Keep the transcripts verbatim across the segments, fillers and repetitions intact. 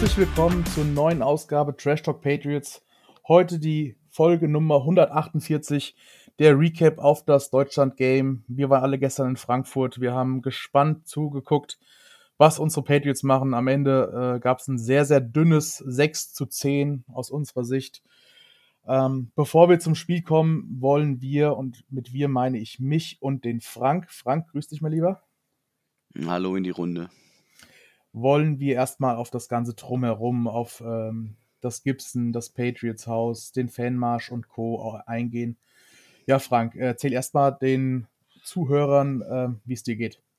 Herzlich willkommen zur neuen Ausgabe Trash Talk Patriots. Heute die Folge Nummer hundertachtundvierzig, der Recap auf das Deutschland-Game. Wir waren alle gestern in Frankfurt. Wir haben gespannt zugeguckt, was unsere Patriots machen. Am Ende äh, gab es ein sehr, sehr dünnes sechs zu zehn aus unserer Sicht. Ähm, bevor wir zum Spiel kommen, wollen wir, und mit wir meine ich mich und den Frank. Frank, grüß dich mal lieber. Hallo in die Runde. Wollen wir erstmal auf das Ganze drumherum, auf ähm, das Gibson, das Patriots-Haus, den Fanmarsch und Co. eingehen. Ja, Frank, erzähl erstmal den Zuhörern, äh, wie es dir geht.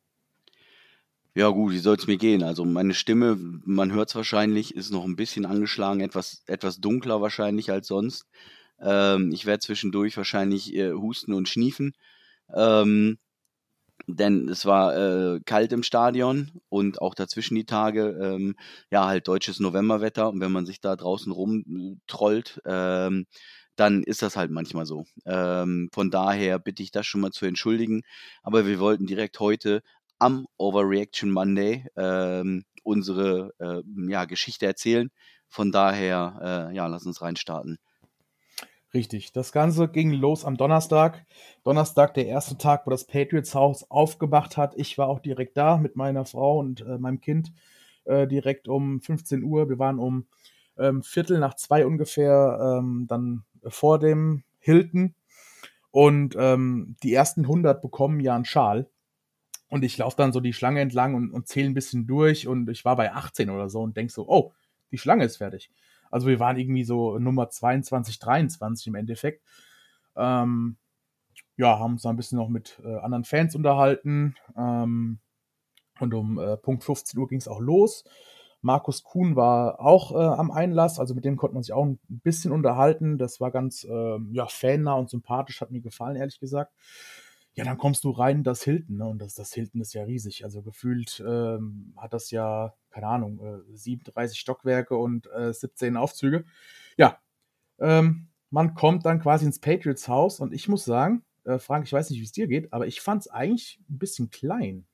Ja gut, wie soll es mir gehen? Also meine Stimme, man hört es wahrscheinlich, ist noch ein bisschen angeschlagen, etwas, etwas dunkler wahrscheinlich als sonst. Ähm, ich werde zwischendurch wahrscheinlich äh, husten und schniefen, ähm, denn es war äh, kalt im Stadion und auch dazwischen die Tage, ähm, ja halt deutsches Novemberwetter, und wenn man sich da draußen rumtrollt, ähm, dann ist das halt manchmal so. Ähm, von daher bitte ich das schon mal zu entschuldigen, aber wir wollten direkt heute am Overreaction Monday ähm, unsere äh, ja, Geschichte erzählen. Von daher, äh, ja, lass uns reinstarten. Richtig, das Ganze ging los am Donnerstag. Donnerstag, der erste Tag, wo das Patriots-Haus aufgemacht hat. Ich war auch direkt da mit meiner Frau und äh, meinem Kind, äh, direkt um fünfzehn Uhr. Wir waren um ähm, Viertel nach zwei ungefähr ähm, dann vor dem Hilton. Und ähm, die ersten hundert bekommen ja einen Schal. Und ich laufe dann so die Schlange entlang und, und zähle ein bisschen durch. Und ich war bei achtzehn oder so und denk so, oh, die Schlange ist fertig. Also wir waren irgendwie so Nummer zweiundzwanzig, dreiundzwanzig im Endeffekt. Ähm, ja, haben uns da ein bisschen noch mit äh, anderen Fans unterhalten. Ähm, und um äh, Punkt fünfzehn Uhr ging es auch los. Markus Kuhn war auch äh, am Einlass, also mit dem konnte man sich auch ein bisschen unterhalten. Das war ganz ähm, ja, fannah und sympathisch, hat mir gefallen, ehrlich gesagt. Ja, dann kommst du rein in das Hilton, ne? Und das, das Hilton ist ja riesig. Also gefühlt ähm, hat das ja, keine Ahnung, äh, siebenunddreißig Stockwerke und äh, siebzehn Aufzüge. Ja, ähm, man kommt dann quasi ins Patriots-Haus und ich muss sagen, äh, Frank, ich weiß nicht, wie es dir geht, aber ich fand es eigentlich ein bisschen klein.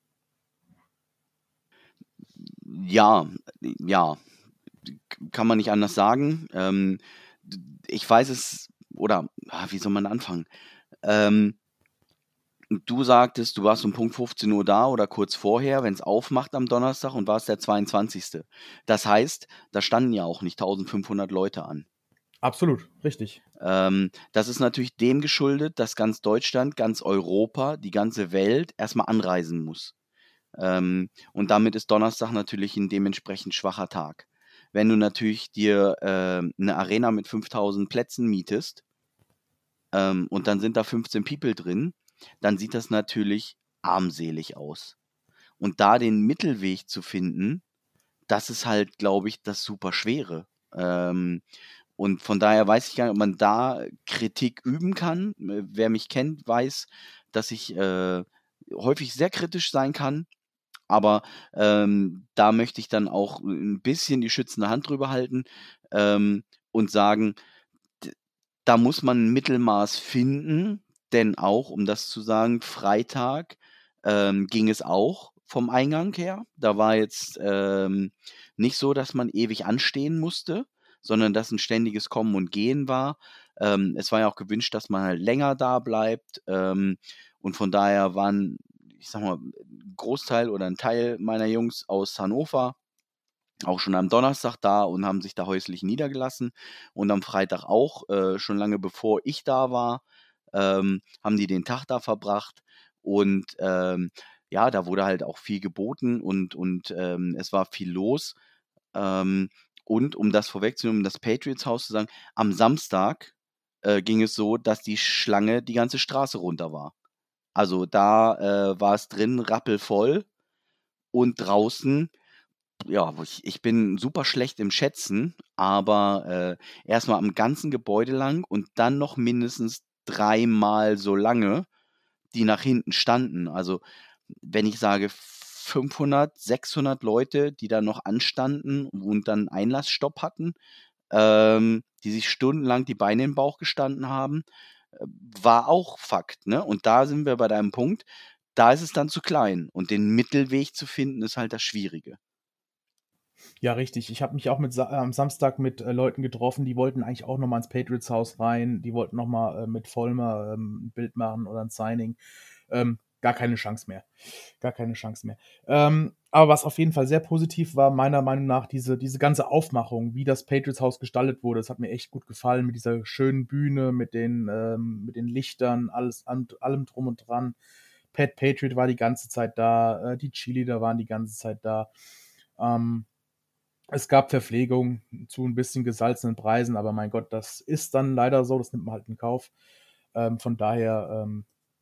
Ja, ja, kann man nicht anders sagen. Ähm, d- ich weiß es, oder ah, wie soll man anfangen? Ähm, Du sagtest, du warst um Punkt fünfzehn Uhr da oder kurz vorher, wenn es aufmacht am Donnerstag, und warst der zweiundzwanzigste. Das heißt, da standen ja auch nicht eintausendfünfhundert Leute an. Absolut, richtig. Ähm, das ist natürlich dem geschuldet, dass ganz Deutschland, ganz Europa, die ganze Welt erstmal anreisen muss. Ähm, und damit ist Donnerstag natürlich ein dementsprechend schwacher Tag. Wenn du natürlich dir ähm, eine Arena mit fünftausend Plätzen mietest, ähm, und dann sind da fünfzehn People drin, dann sieht das natürlich armselig aus. Und da den Mittelweg zu finden, das ist halt, glaube ich, das super Schwere. Ähm, und von daher weiß ich gar nicht, ob man da Kritik üben kann. Äh, Wer mich kennt, weiß, dass ich äh, häufig sehr kritisch sein kann. Aber ähm, da möchte ich dann auch ein bisschen die schützende Hand drüber halten, ähm, und sagen, d- da muss man ein Mittelmaß finden, denn auch, um das zu sagen, Freitag ähm, ging es auch vom Eingang her. Da war jetzt ähm, nicht so, dass man ewig anstehen musste, sondern dass ein ständiges Kommen und Gehen war. Ähm, es war ja auch gewünscht, dass man halt länger da bleibt. Ähm, und von daher waren, ich sag mal, ein Großteil oder ein Teil meiner Jungs aus Hannover auch schon am Donnerstag da und haben sich da häuslich niedergelassen, und am Freitag auch, äh, schon lange bevor ich da war, ähm, haben die den Tag da verbracht, und ähm, ja, da wurde halt auch viel geboten, und und ähm, es war viel los. Ähm, und um das vorwegzunehmen, um das Patriots-Haus zu sagen, am Samstag äh, ging es so, dass die Schlange die ganze Straße runter war. Also da äh, war es drin rappelvoll, und draußen, ja, wo ich ich bin super schlecht im Schätzen, aber äh, erst am ganzen Gebäude lang und dann noch mindestens dreimal so lange, die nach hinten standen. Also, wenn ich sage fünfhundert, sechshundert Leute, die da noch anstanden und dann Einlassstopp hatten, ähm, die sich stundenlang die Beine im Bauch gestanden haben, äh, war auch Fakt, ne? Und da sind wir bei deinem Punkt, da ist es dann zu klein, und den Mittelweg zu finden, ist halt das Schwierige. Ja, richtig. Ich habe mich auch mit Sa am Samstag mit, äh, Leuten getroffen, die wollten eigentlich auch noch mal ins Patriots-Haus rein. Die wollten noch mal, äh, mit Vollmer, ähm, 'n Bild machen oder ein Signing. Ähm, gar keine Chance mehr. Gar keine Chance mehr. Ähm, aber was auf jeden Fall sehr positiv war, meiner Meinung nach, diese diese ganze Aufmachung, wie das Patriots-Haus gestaltet wurde. Das hat mir echt gut gefallen mit dieser schönen Bühne, mit den ähm, mit den Lichtern, alles an allem drum und dran. Pat Patriot war die ganze Zeit da, äh, die Cheerleader waren die ganze Zeit da. Ähm Es gab Verpflegung zu ein bisschen gesalzenen Preisen, aber mein Gott, das ist dann leider so, das nimmt man halt in Kauf. Ähm, von daher, ähm,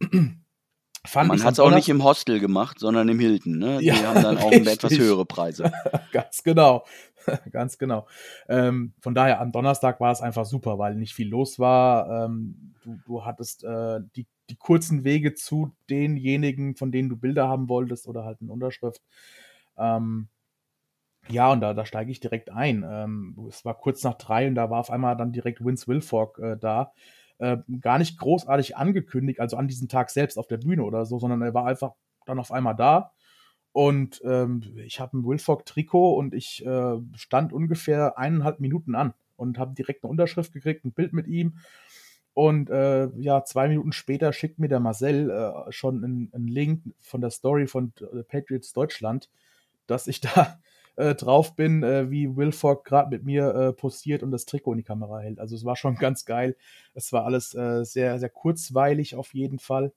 fand Man ich's hat am es auch nicht Donners im Hostel gemacht, sondern im Hilton, ne? ja, Die haben dann auch 'n etwas richtig. höhere Preise. Ganz genau. Ganz genau. Ähm, von daher, am Donnerstag war es einfach super, weil nicht viel los war. Ähm, du du hattest, äh, die die kurzen Wege zu denjenigen, von denen du Bilder haben wolltest oder halt 'ne Unterschrift. Ähm Ja, und da da steige ich direkt ein. Ähm, es war kurz nach drei und da war auf einmal dann direkt Vince Wilfork, äh, da. Äh, gar nicht großartig angekündigt, also an diesem Tag selbst auf der Bühne oder so, sondern er war einfach dann auf einmal da. Und, ähm, ich habe 'n Wilfork-Trikot und ich, äh, stand ungefähr eineinhalb Minuten an und habe direkt 'ne Unterschrift gekriegt, 'n Bild mit ihm. Und, äh, ja, zwei Minuten später schickt mir der Marcel, äh, schon 'n 'n Link von der Story von äh, Patriots Deutschland, dass ich da äh, drauf bin, äh, wie Wilfork grad mit mir, äh, posiert und das Trikot in die Kamera hält. Also, es war schon ganz geil. Es war alles, äh, sehr, sehr kurzweilig auf jeden Fall.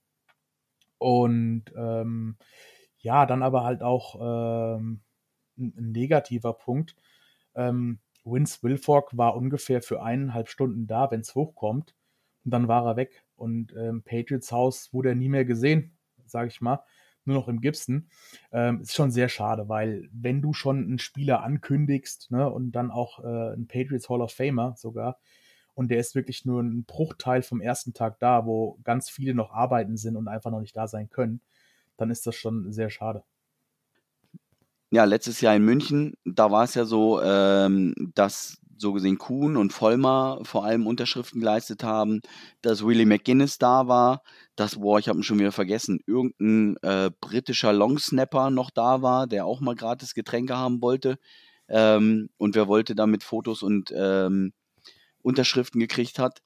Und, ähm, ja, dann aber halt auch, ähm, 'n 'n negativer Punkt. Ähm, Vince Wilfork war ungefähr für eineinhalb Stunden da, wenn's hochkommt, und dann war er weg. Und, ähm, Patriots Haus wurde er nie mehr gesehen, sage ich mal, nur noch im Gibson. Ähm, ist schon sehr schade, weil wenn du schon 'n Spieler ankündigst, ne, und dann auch, äh, 'n Patriots Hall of Famer sogar, und der ist wirklich nur 'n Bruchteil vom ersten Tag da, wo ganz viele noch arbeiten sind und einfach noch nicht da sein können, dann ist das schon sehr schade. Ja, letztes Jahr in München, da war es ja so, ähm, dass so gesehen Kuhn und Vollmer vor allem Unterschriften geleistet haben, dass Willie McGinnis da war, dass, boah, ich habe ihn schon wieder vergessen, irgendein äh, britischer Longsnapper noch da war, der auch mal gratis Getränke haben wollte. Ähm, und wer wollte damit Fotos und ähm, Unterschriften gekriegt hat.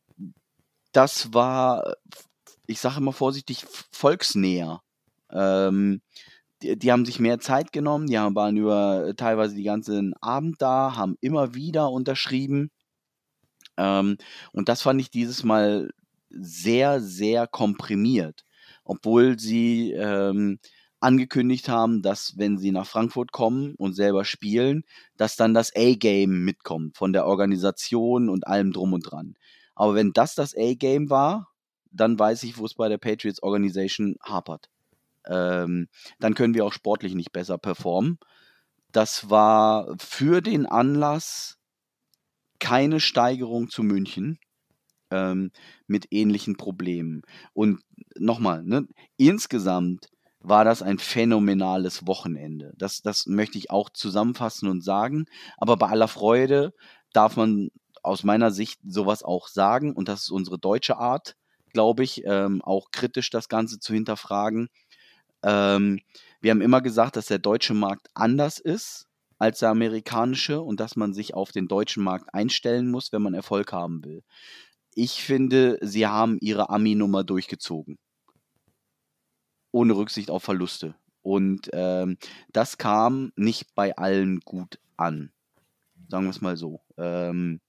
Das war, ich sage immer vorsichtig, volksnäher. Ähm, die, die haben sich mehr Zeit genommen, die haben, waren über teilweise den ganzen Abend da, haben immer wieder unterschrieben. Ähm, und das fand ich dieses Mal sehr, sehr komprimiert, obwohl sie ähm, angekündigt haben, dass wenn sie nach Frankfurt kommen und selber spielen, dass dann das A-Game mitkommt von der Organisation und allem drum und dran. Aber wenn das das A-Game war, dann weiß ich, wo es bei der Patriots Organisation hapert. Ähm, dann können wir auch sportlich nicht besser performen. Das war für den Anlass keine Steigerung zu München ähm, mit ähnlichen Problemen. Und nochmal, ne, insgesamt war das ein phänomenales Wochenende. Das, das möchte ich auch zusammenfassen und sagen. Aber bei aller Freude darf man aus meiner Sicht sowas auch sagen. Und das ist unsere deutsche Art, glaube ich, ähm, auch kritisch das Ganze zu hinterfragen. Ähm, wir haben immer gesagt, dass der deutsche Markt anders ist als der amerikanische und dass man sich auf den deutschen Markt einstellen muss, wenn man Erfolg haben will. Ich finde, sie haben ihre Ami-Nummer durchgezogen, ohne Rücksicht auf Verluste. Und ähm, das kam nicht bei allen gut an, sagen wir es mal so. Ähm,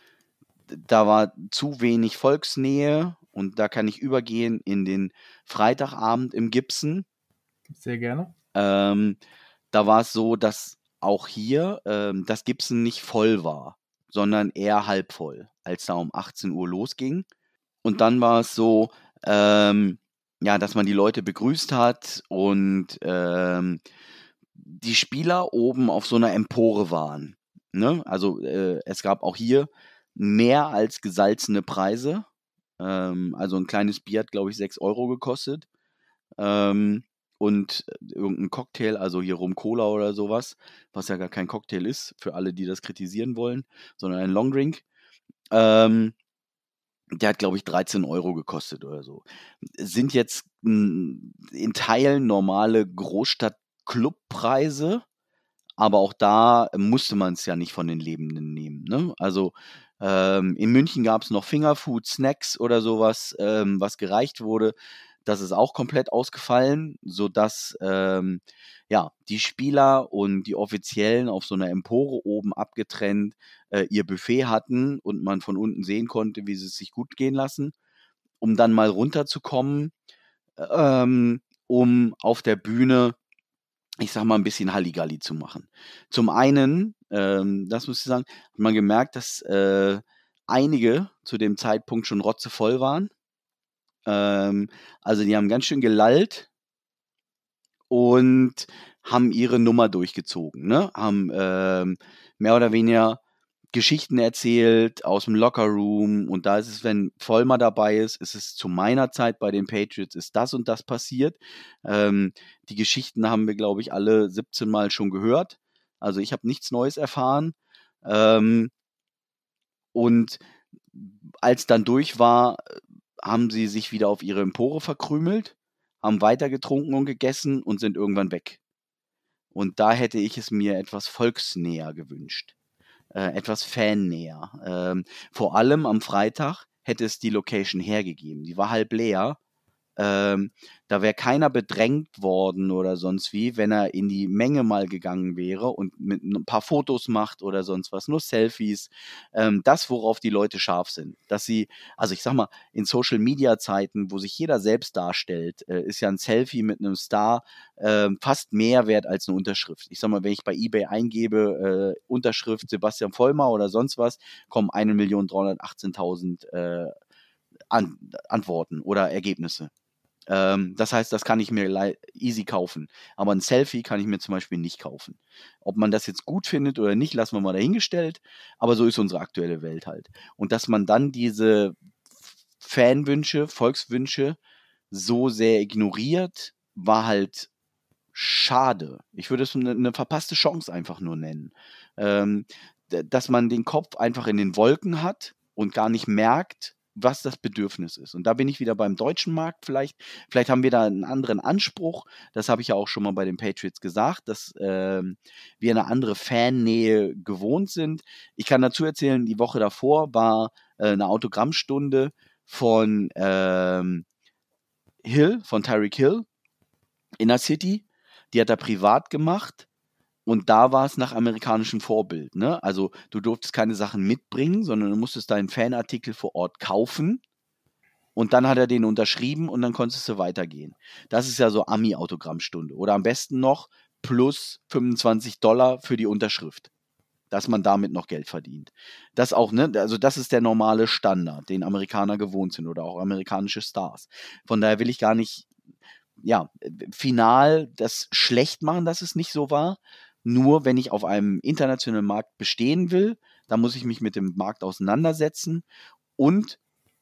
da war zu wenig Volksnähe und da kann ich übergehen in den Freitagabend im Gibson. Sehr gerne. Ähm, da war es so, dass auch hier ähm, das Gibson nicht voll war, sondern eher halb voll, als da um achtzehn Uhr losging. Und dann war es so, ähm, ja, dass man die Leute begrüßt hat und ähm, die Spieler oben auf so einer Empore waren. Ne? Also äh, es gab auch hier mehr als gesalzene Preise. Ähm, also ein kleines Bier hat, glaube ich, sechs Euro gekostet. Ähm, und irgendein Cocktail, also hier Rum Cola oder sowas, was ja gar kein Cocktail ist, für alle, die das kritisieren wollen, sondern ein Longdrink. Ähm, der hat, glaube ich, dreizehn Euro gekostet oder so. Sind jetzt m, in Teilen normale Großstadt-Clubpreise, aber auch da musste man es ja nicht von den Lebenden nehmen, ne? Also, ähm, in München gab es noch Fingerfood, Snacks oder sowas, ähm, was gereicht wurde. Das ist auch komplett ausgefallen, sodass, ähm, ja, die Spieler und die Offiziellen auf so einer Empore oben abgetrennt, äh, ihr Buffet hatten und man von unten sehen konnte, wie sie es sich gut gehen lassen, um dann mal runterzukommen, ähm, um auf der Bühne, ich sage mal, ein bisschen Halligalli zu machen. Zum einen, ähm, das muss ich sagen, hat man gemerkt, dass, äh, einige zu dem Zeitpunkt schon rotzevoll waren. Ähm, also, die haben ganz schön gelallt und haben ihre Nummer durchgezogen, ne? Haben, ähm, mehr oder weniger Geschichten erzählt aus dem Lockerroom, und da ist es, wenn Vollmer dabei ist, ist es zu meiner Zeit bei den Patriots ist das und das passiert. Ähm, die Geschichten haben wir, glaube ich, alle siebzehn Mal schon gehört. Also, ich habe nichts Neues erfahren. Ähm, und als dann durch war, äh, haben sie sich wieder auf ihre Empore verkrümelt, haben weiter getrunken und gegessen und sind irgendwann weg. Und da hätte ich es mir etwas volksnäher gewünscht, äh, etwas fannäher. Ähm, vor allem am Freitag hätte es die Location hergegeben. Die war halb leer. Ähm, da wäre keiner bedrängt worden oder sonst wie, wenn er in die Menge mal gegangen wäre und mit ein paar Fotos macht oder sonst was, nur Selfies. Ähm, das, worauf die Leute scharf sind. Dass sie, also ich sag mal, in Social-Media-Zeiten, wo sich jeder selbst darstellt, äh, ist ja ein Selfie mit einem Star äh, fast mehr wert als eine Unterschrift. Ich sag mal, wenn ich bei eBay eingebe, äh, Unterschrift Sebastian Vollmer oder sonst was, kommen eine Million dreihundertachtzehntausend äh, An Antworten oder Ergebnisse. Ähm, das heißt, das kann ich mir lei easy kaufen. Aber ein Selfie kann ich mir zum Beispiel nicht kaufen. Ob man das jetzt gut findet oder nicht, lassen wir mal dahingestellt, aber so ist unsere aktuelle Welt halt. Und dass man dann diese Fanwünsche, Volkswünsche so sehr ignoriert, war halt schade. Ich würde es eine 'ne verpasste Chance einfach nur nennen. Ähm, d dass man den Kopf einfach in den Wolken hat und gar nicht merkt, was das Bedürfnis ist. Und da bin ich wieder beim deutschen Markt vielleicht. Vielleicht haben wir da einen anderen Anspruch. Das habe ich ja auch schon mal bei den Patriots gesagt, dass, ähm, wir eine andere Fannähe gewohnt sind. Ich kann dazu erzählen, die Woche davor war, äh, 'ne Autogrammstunde von, ähm, Hill von Tyreek Hill in der City. Die hat er privat gemacht und da war es nach amerikanischem Vorbild, ne? Also, du durftest keine Sachen mitbringen, sondern du musstest deinen Fanartikel vor Ort kaufen und dann hat er den unterschrieben und dann konntest du weitergehen. Das ist ja so Ami-Autogrammstunde oder am besten noch plus fünfundzwanzig Dollar für die Unterschrift, dass man damit noch Geld verdient. Das auch, ne? Also, das ist der normale Standard, den Amerikaner gewohnt sind oder auch amerikanische Stars. Von daher will ich gar nicht, ja, äh, final das schlecht machen, dass es nicht so war. Nur wenn ich auf einem internationalen Markt bestehen will, dann muss ich mich mit dem Markt auseinandersetzen und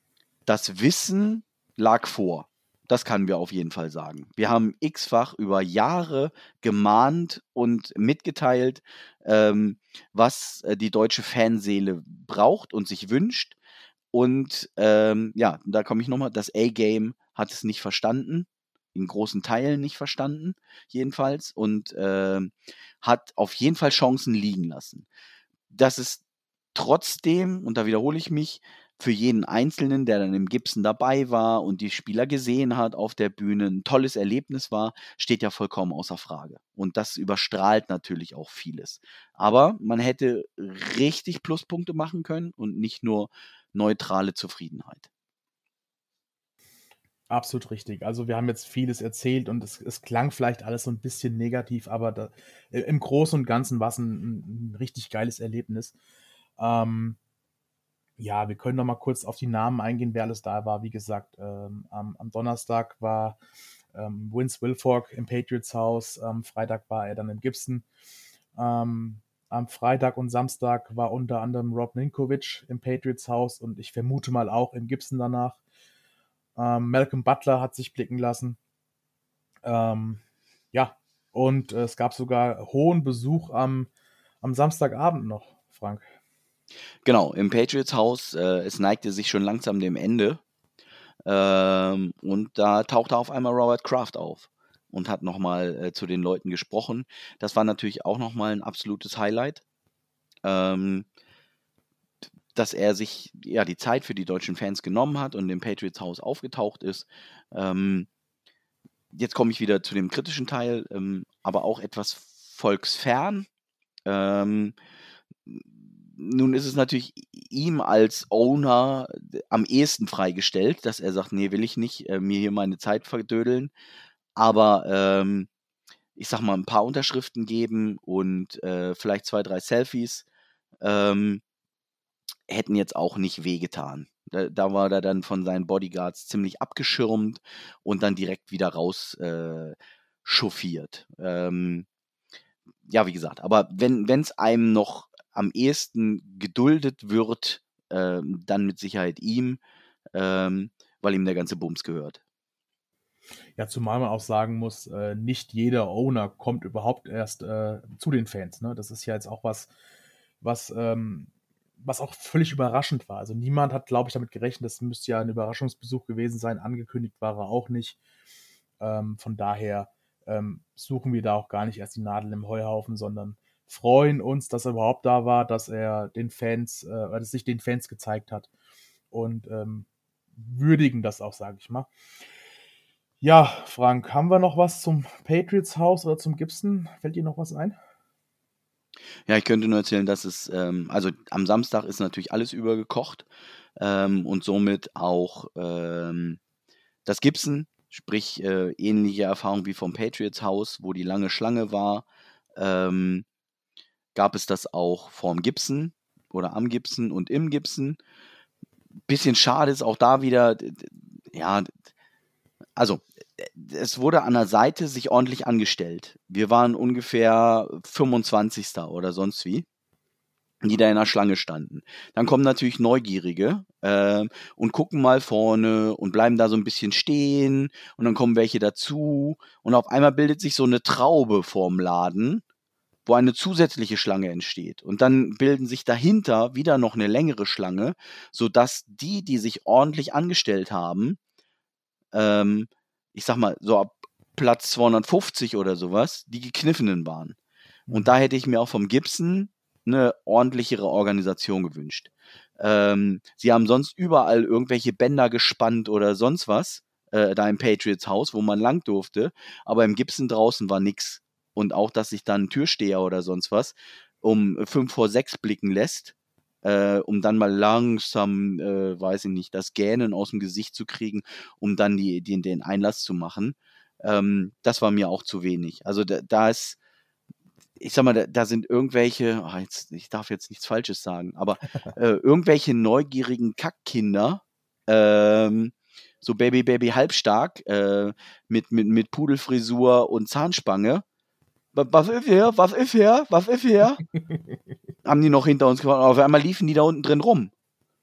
das Wissen lag vor. Das können wir auf jeden Fall sagen. Wir haben x-fach über Jahre gemahnt und mitgeteilt, ähm, was äh, die deutsche Fanseele braucht und sich wünscht. Und ähm, ja, da komme ich nochmal, das A-Game hat es nicht verstanden, in großen Teilen nicht verstanden, jedenfalls, und ähm, hat auf jeden Fall Chancen liegen lassen. Das ist trotzdem, und da wiederhole ich mich, für jeden Einzelnen, der dann im Gibson dabei war und die Spieler gesehen hat auf der Bühne, ein tolles Erlebnis war, steht ja vollkommen außer Frage. Und das überstrahlt natürlich auch vieles. Aber man hätte richtig Pluspunkte machen können und nicht nur neutrale Zufriedenheit. Absolut richtig. Also wir haben jetzt vieles erzählt und es, es klang vielleicht alles so ein bisschen negativ, aber da, äh, im Großen und Ganzen war es ein, ein richtig geiles Erlebnis. Ähm, ja, wir können noch mal kurz auf die Namen eingehen, wer alles da war. Wie gesagt, ähm, am, am Donnerstag war ähm, Vince Wilfork im Patriots Haus, am Freitag war er dann im Gibson. Ähm, am Freitag und Samstag war unter anderem Rob Ninkovich im Patriots Haus und ich vermute mal auch im Gibson danach. Ähm, Malcolm Butler hat sich blicken lassen. Ähm, ja, und äh, es gab sogar hohen Besuch am, am Samstagabend noch, Frank. Genau, im Patriots Haus, äh, es neigte sich schon langsam dem Ende. Ähm, und da tauchte auf einmal Robert Kraft auf. und hat nochmal äh, zu den Leuten gesprochen. Das war natürlich auch nochmal ein absolutes Highlight, ähm, dass er sich ja die Zeit für die deutschen Fans genommen hat und im Patriots Haus aufgetaucht ist. Ähm, jetzt komme ich wieder zu dem kritischen Teil, ähm, aber auch etwas volksfern. Ähm, nun ist es natürlich ihm als Owner am ehesten freigestellt, dass er sagt, nee, will ich nicht, äh, mir hier meine Zeit verdödeln. Aber ähm, ich sag mal, ein paar Unterschriften geben und äh, vielleicht zwei, drei Selfies ähm, hätten jetzt auch nicht wehgetan. Da, da war er dann von seinen Bodyguards ziemlich abgeschirmt und dann direkt wieder raus äh, chauffiert. Ähm, ja, wie gesagt, aber wenn es einem noch am ehesten geduldet wird, ähm, dann mit Sicherheit ihm, ähm, weil ihm der ganze Bums gehört. Ja, zumal man auch sagen muss, äh, nicht jeder Owner kommt überhaupt erst äh, zu den Fans. Ne? Das ist ja jetzt auch was, was, ähm, was auch völlig überraschend war. Also niemand hat, glaube ich, damit gerechnet. Das müsste ja ein Überraschungsbesuch gewesen sein. Angekündigt war er auch nicht. Ähm, von daher ähm, suchen wir da auch gar nicht erst die Nadel im Heuhaufen, sondern freuen uns, dass er überhaupt da war, dass er den Fans, äh, dass es sich den Fans gezeigt hat und ähm, würdigen das auch, sage ich mal. Ja, Frank, haben wir noch was zum Patriots Haus oder zum Gibson? Fällt dir noch was ein? Ja, ich könnte nur erzählen, dass es, ähm, also am Samstag ist natürlich alles übergekocht ähm, und somit auch ähm, das Gibson, sprich äh, ähnliche Erfahrung wie vom Patriots Haus, wo die lange Schlange war, ähm, gab es das auch vorm Gibson oder am Gibson und im Gibson. Bisschen schade ist auch da wieder, d- d- ja, also äh, es wurde an der Seite sich ordentlich angestellt. Wir waren ungefähr fünfundzwanzigster oder sonst wie, die da in der Schlange standen. Dann kommen natürlich Neugierige ähm, und gucken mal vorne und bleiben da so ein bisschen stehen und dann kommen welche dazu und auf einmal bildet sich so eine Traube vorm Laden, wo eine zusätzliche Schlange entsteht. Und dann bilden sich dahinter wieder noch eine längere Schlange, sodass die, die sich ordentlich angestellt haben, ähm, ich sag mal, so ab Platz zweihundertfünfzig oder sowas, die Gekniffenen waren. Und da Mhm. hätte ich mir auch vom Gibson eine ordentlichere Organisation gewünscht. Ähm, sie haben sonst überall irgendwelche Bänder gespannt oder sonst was, äh, da im Patriots Haus, wo man lang durfte, aber im Gibson draußen war nix. Und auch, dass sich dann ein Türsteher oder sonst was um fünf vor sechs blicken lässt, äh, um dann mal langsam, äh, weiß ich nicht, das Gähnen aus dem Gesicht zu kriegen, um dann die, die, den Einlass zu machen. Ähm, das war mir auch zu wenig. Also da, da ist, ich sag mal, da, da sind irgendwelche, ah, jetzt, ich darf jetzt nichts Falsches sagen, aber äh, irgendwelche neugierigen Kackkinder, ähm, so Baby Baby halbstark, äh, mit, mit, mit Pudelfrisur und Zahnspange. "Wa- Was ist hier? Was ist hier? Was ist hier?" Haben die noch hinter uns gemacht. Auf einmal liefen die da unten drin rum.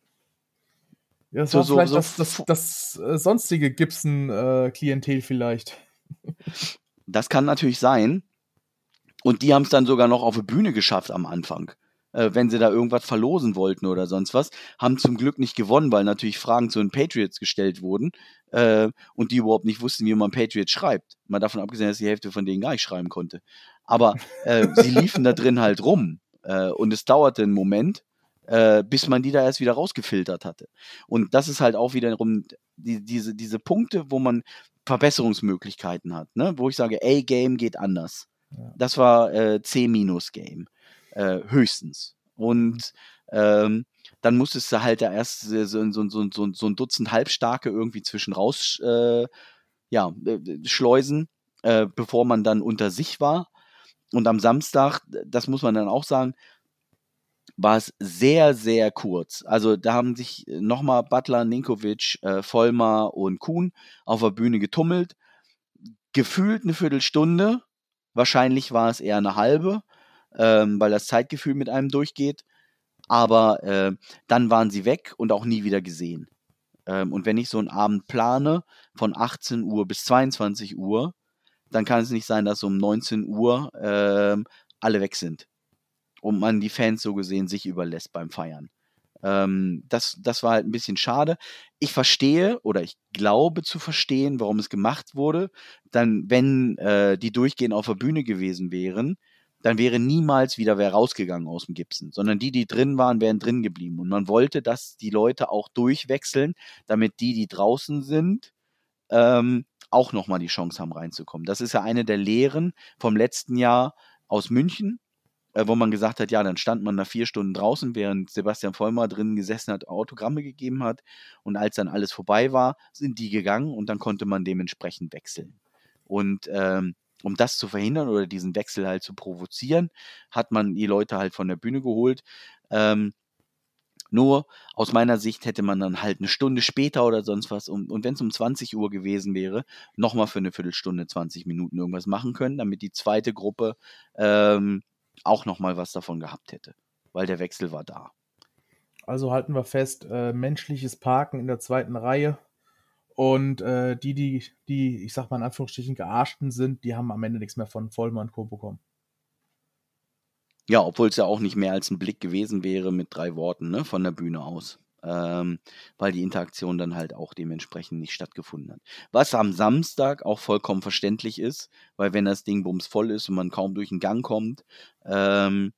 Ja, das So, war so, vielleicht so, das, das, das äh, sonstige Gibson-Klientel vielleicht. das kann natürlich sein. Und die haben es dann sogar noch auf die Bühne geschafft am Anfang. Äh, wenn sie da irgendwas verlosen wollten oder sonst was. Haben zum Glück nicht gewonnen, weil natürlich Fragen zu den Patriots gestellt wurden äh, und die überhaupt nicht wussten, wie man Patriots schreibt. Mal davon abgesehen, dass die Hälfte von denen gar nicht schreiben konnte. Aber äh, sie liefen da drin halt rum. Äh, und es dauerte einen Moment, äh, bis man die da erst wieder rausgefiltert hatte. Und das ist halt auch wiederum die, diese, diese Punkte, wo man Verbesserungsmöglichkeiten hat, ne? Wo ich sage, ey, Game geht anders. Ja. Das war äh, C-Game, äh, höchstens. Mhm. Und ähm, dann musstest du halt da erst so, so, so, so, so so ein Dutzend Halbstarke irgendwie zwischen raus äh, ja, äh, schleusen, äh, bevor man dann unter sich war. Und am Samstag, das muss man dann auch sagen, war es sehr, sehr kurz. Also da haben sich nochmal Butler, Ninkovic, äh, Vollmer und Kuhn auf der Bühne getummelt. Gefühlt eine Viertelstunde, wahrscheinlich war es eher eine halbe, ähm, weil das Zeitgefühl mit einem durchgeht. Aber äh, dann waren sie weg und auch nie wieder gesehen. Ähm, und wenn ich so einen Abend plane von achtzehn Uhr bis zweiundzwanzig Uhr, dann kann es nicht sein, dass um neunzehn Uhr ähm, alle weg sind und man die Fans so gesehen sich überlässt beim Feiern. Ähm, das, das war halt ein bisschen schade. Ich verstehe oder ich glaube zu verstehen, warum es gemacht wurde. Dann, wenn äh, die durchgehend auf der Bühne gewesen wären, dann wäre niemals wieder wer rausgegangen aus dem Gibson, sondern die, die drin waren, wären drin geblieben. Und man wollte, dass die Leute auch durchwechseln, damit die, die draußen sind, ähm, auch nochmal die Chance haben reinzukommen. Das ist ja eine der Lehren vom letzten Jahr aus München, äh, wo man gesagt hat, ja, dann stand man da vier Stunden draußen, während Sebastian Vollmer drinnen gesessen hat, Autogramme gegeben hat. Und als dann alles vorbei war, sind die gegangen und dann konnte man dementsprechend wechseln. Und ähm, um das zu verhindern oder diesen Wechsel halt zu provozieren, hat man die Leute halt von der Bühne geholt. Ähm, nur aus meiner Sicht hätte man dann halt eine Stunde später oder sonst was, um, und wenn es um zwanzig Uhr gewesen wäre, nochmal für eine Viertelstunde, zwanzig Minuten irgendwas machen können, damit die zweite Gruppe ähm, auch nochmal was davon gehabt hätte, weil der Wechsel war da. Also halten wir fest, äh, menschliches Parken in der zweiten Reihe und äh, die, die, die, ich sag mal in Anführungsstrichen, Gearschten sind, die haben am Ende nichts mehr von Vollmer und Co. bekommen. Ja, obwohl es ja auch nicht mehr als ein Blick gewesen wäre mit drei Worten, ne, von der Bühne aus. Ähm, weil die Interaktion dann halt auch dementsprechend nicht stattgefunden hat. Was am Samstag auch vollkommen verständlich ist, weil wenn das Ding bumsvoll ist und man kaum durch den Gang kommt, ähm,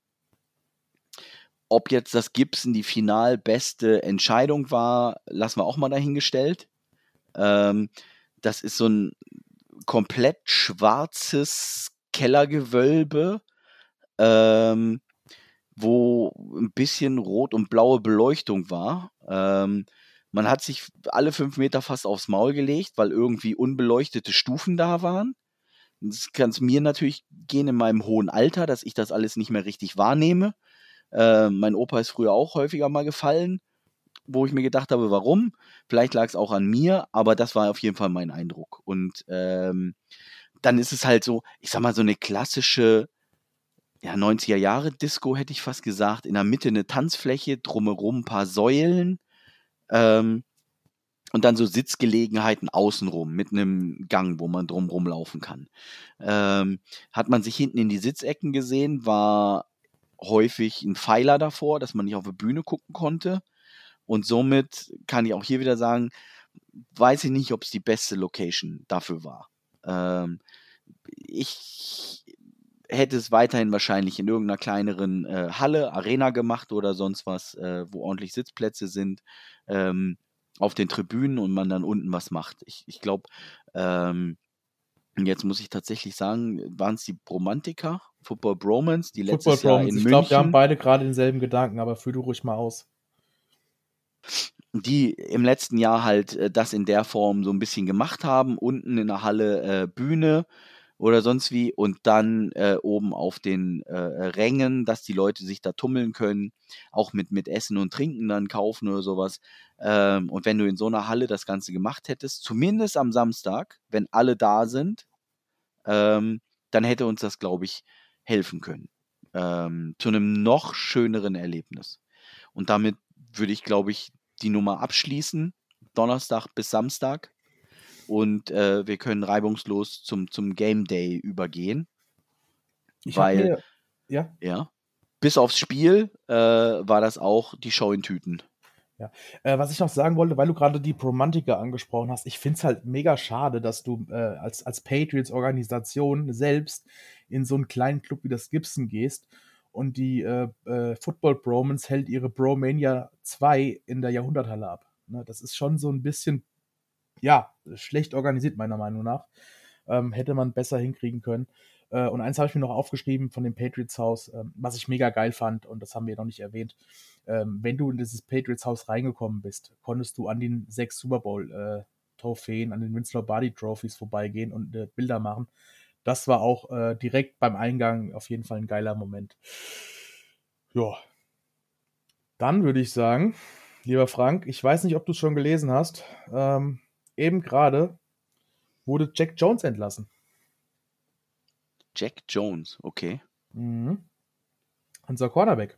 ob jetzt das Gibson die final beste Entscheidung war, lassen wir auch mal dahingestellt. Ähm, das ist so ein komplett schwarzes Kellergewölbe, ähm, wo ein bisschen rot und blaue Beleuchtung war. Ähm, man hat sich alle fünf Meter fast aufs Maul gelegt, weil irgendwie unbeleuchtete Stufen da waren. Das kann es mir natürlich gehen in meinem hohen Alter, dass ich das alles nicht mehr richtig wahrnehme. Äh, mein Opa ist früher auch häufiger mal gefallen, wo ich mir gedacht habe, warum? Vielleicht lag es auch an mir, aber das war auf jeden Fall mein Eindruck. Und ähm, dann ist es halt so, ich sag mal, so eine klassische ja, neunziger-Jahre-Disco, hätte ich fast gesagt. In der Mitte eine Tanzfläche, drumherum ein paar Säulen ähm, und dann so Sitzgelegenheiten außenrum mit einem Gang, wo man drumrum laufen kann. Ähm, hat man sich hinten in die Sitzecken gesehen, war häufig ein Pfeiler davor, dass man nicht auf die Bühne gucken konnte. Und somit kann ich auch hier wieder sagen, weiß ich nicht, ob es die beste Location dafür war. Ähm, ich hätte es weiterhin wahrscheinlich in irgendeiner kleineren äh, Halle, Arena gemacht oder sonst was, äh, wo ordentlich Sitzplätze sind, ähm, auf den Tribünen und man dann unten was macht. Ich, ich glaube, ähm, jetzt muss ich tatsächlich sagen, waren es die Bromantiker, Football Bromance, die Football letztes Jahr Bromance. in Ich glaube, wir haben München, beide gerade denselben Gedanken, aber führ du ruhig mal aus. die im letzten Jahr halt äh, das in der Form so ein bisschen gemacht haben, unten in der Halle äh, Bühne oder sonst wie und dann äh, oben auf den äh, Rängen, dass die Leute sich da tummeln können, auch mit, mit Essen und Trinken dann kaufen oder sowas. Ähm, und wenn du in so einer Halle das Ganze gemacht hättest, zumindest am Samstag, wenn alle da sind, ähm, dann hätte uns das, glaube ich, helfen können. Ähm, zu einem noch schöneren Erlebnis. Und damit würde ich, glaube ich, die Nummer abschließen, Donnerstag bis Samstag. Und äh, wir können reibungslos zum, zum Game Day übergehen. Ich habe Weil, mir, ja, ja, bis aufs Spiel äh, war das auch die Show in Tüten. ja. Äh, was ich noch sagen wollte, weil du gerade die Bromantiker angesprochen hast, ich finde es halt mega schade, dass du äh, als, als Patriots-Organisation selbst in so einen kleinen Club wie das Gibson gehst und die äh, äh, Football Bromance hält ihre Bromania zwei in der Jahrhunderthalle ab. Ne, das ist schon so ein bisschen, ja, schlecht organisiert, meiner Meinung nach. Ähm, hätte man besser hinkriegen können. Äh, und eins habe ich mir noch aufgeschrieben von dem Patriots Haus, ähm, was ich mega geil fand, und das haben wir noch nicht erwähnt. Ähm, wenn du in dieses Patriots Haus reingekommen bist, konntest du an den sechs Super Bowl äh, Trophäen, an den Vince Lombardi Trophies vorbeigehen und äh, Bilder machen. Das war auch äh, direkt beim Eingang auf jeden Fall ein geiler Moment. Ja, dann würde ich sagen, lieber Frank, ich weiß nicht, ob du es schon gelesen hast, ähm, eben gerade wurde Jack Jones entlassen. Jack Jones, okay. Mhm. Unser Cornerback.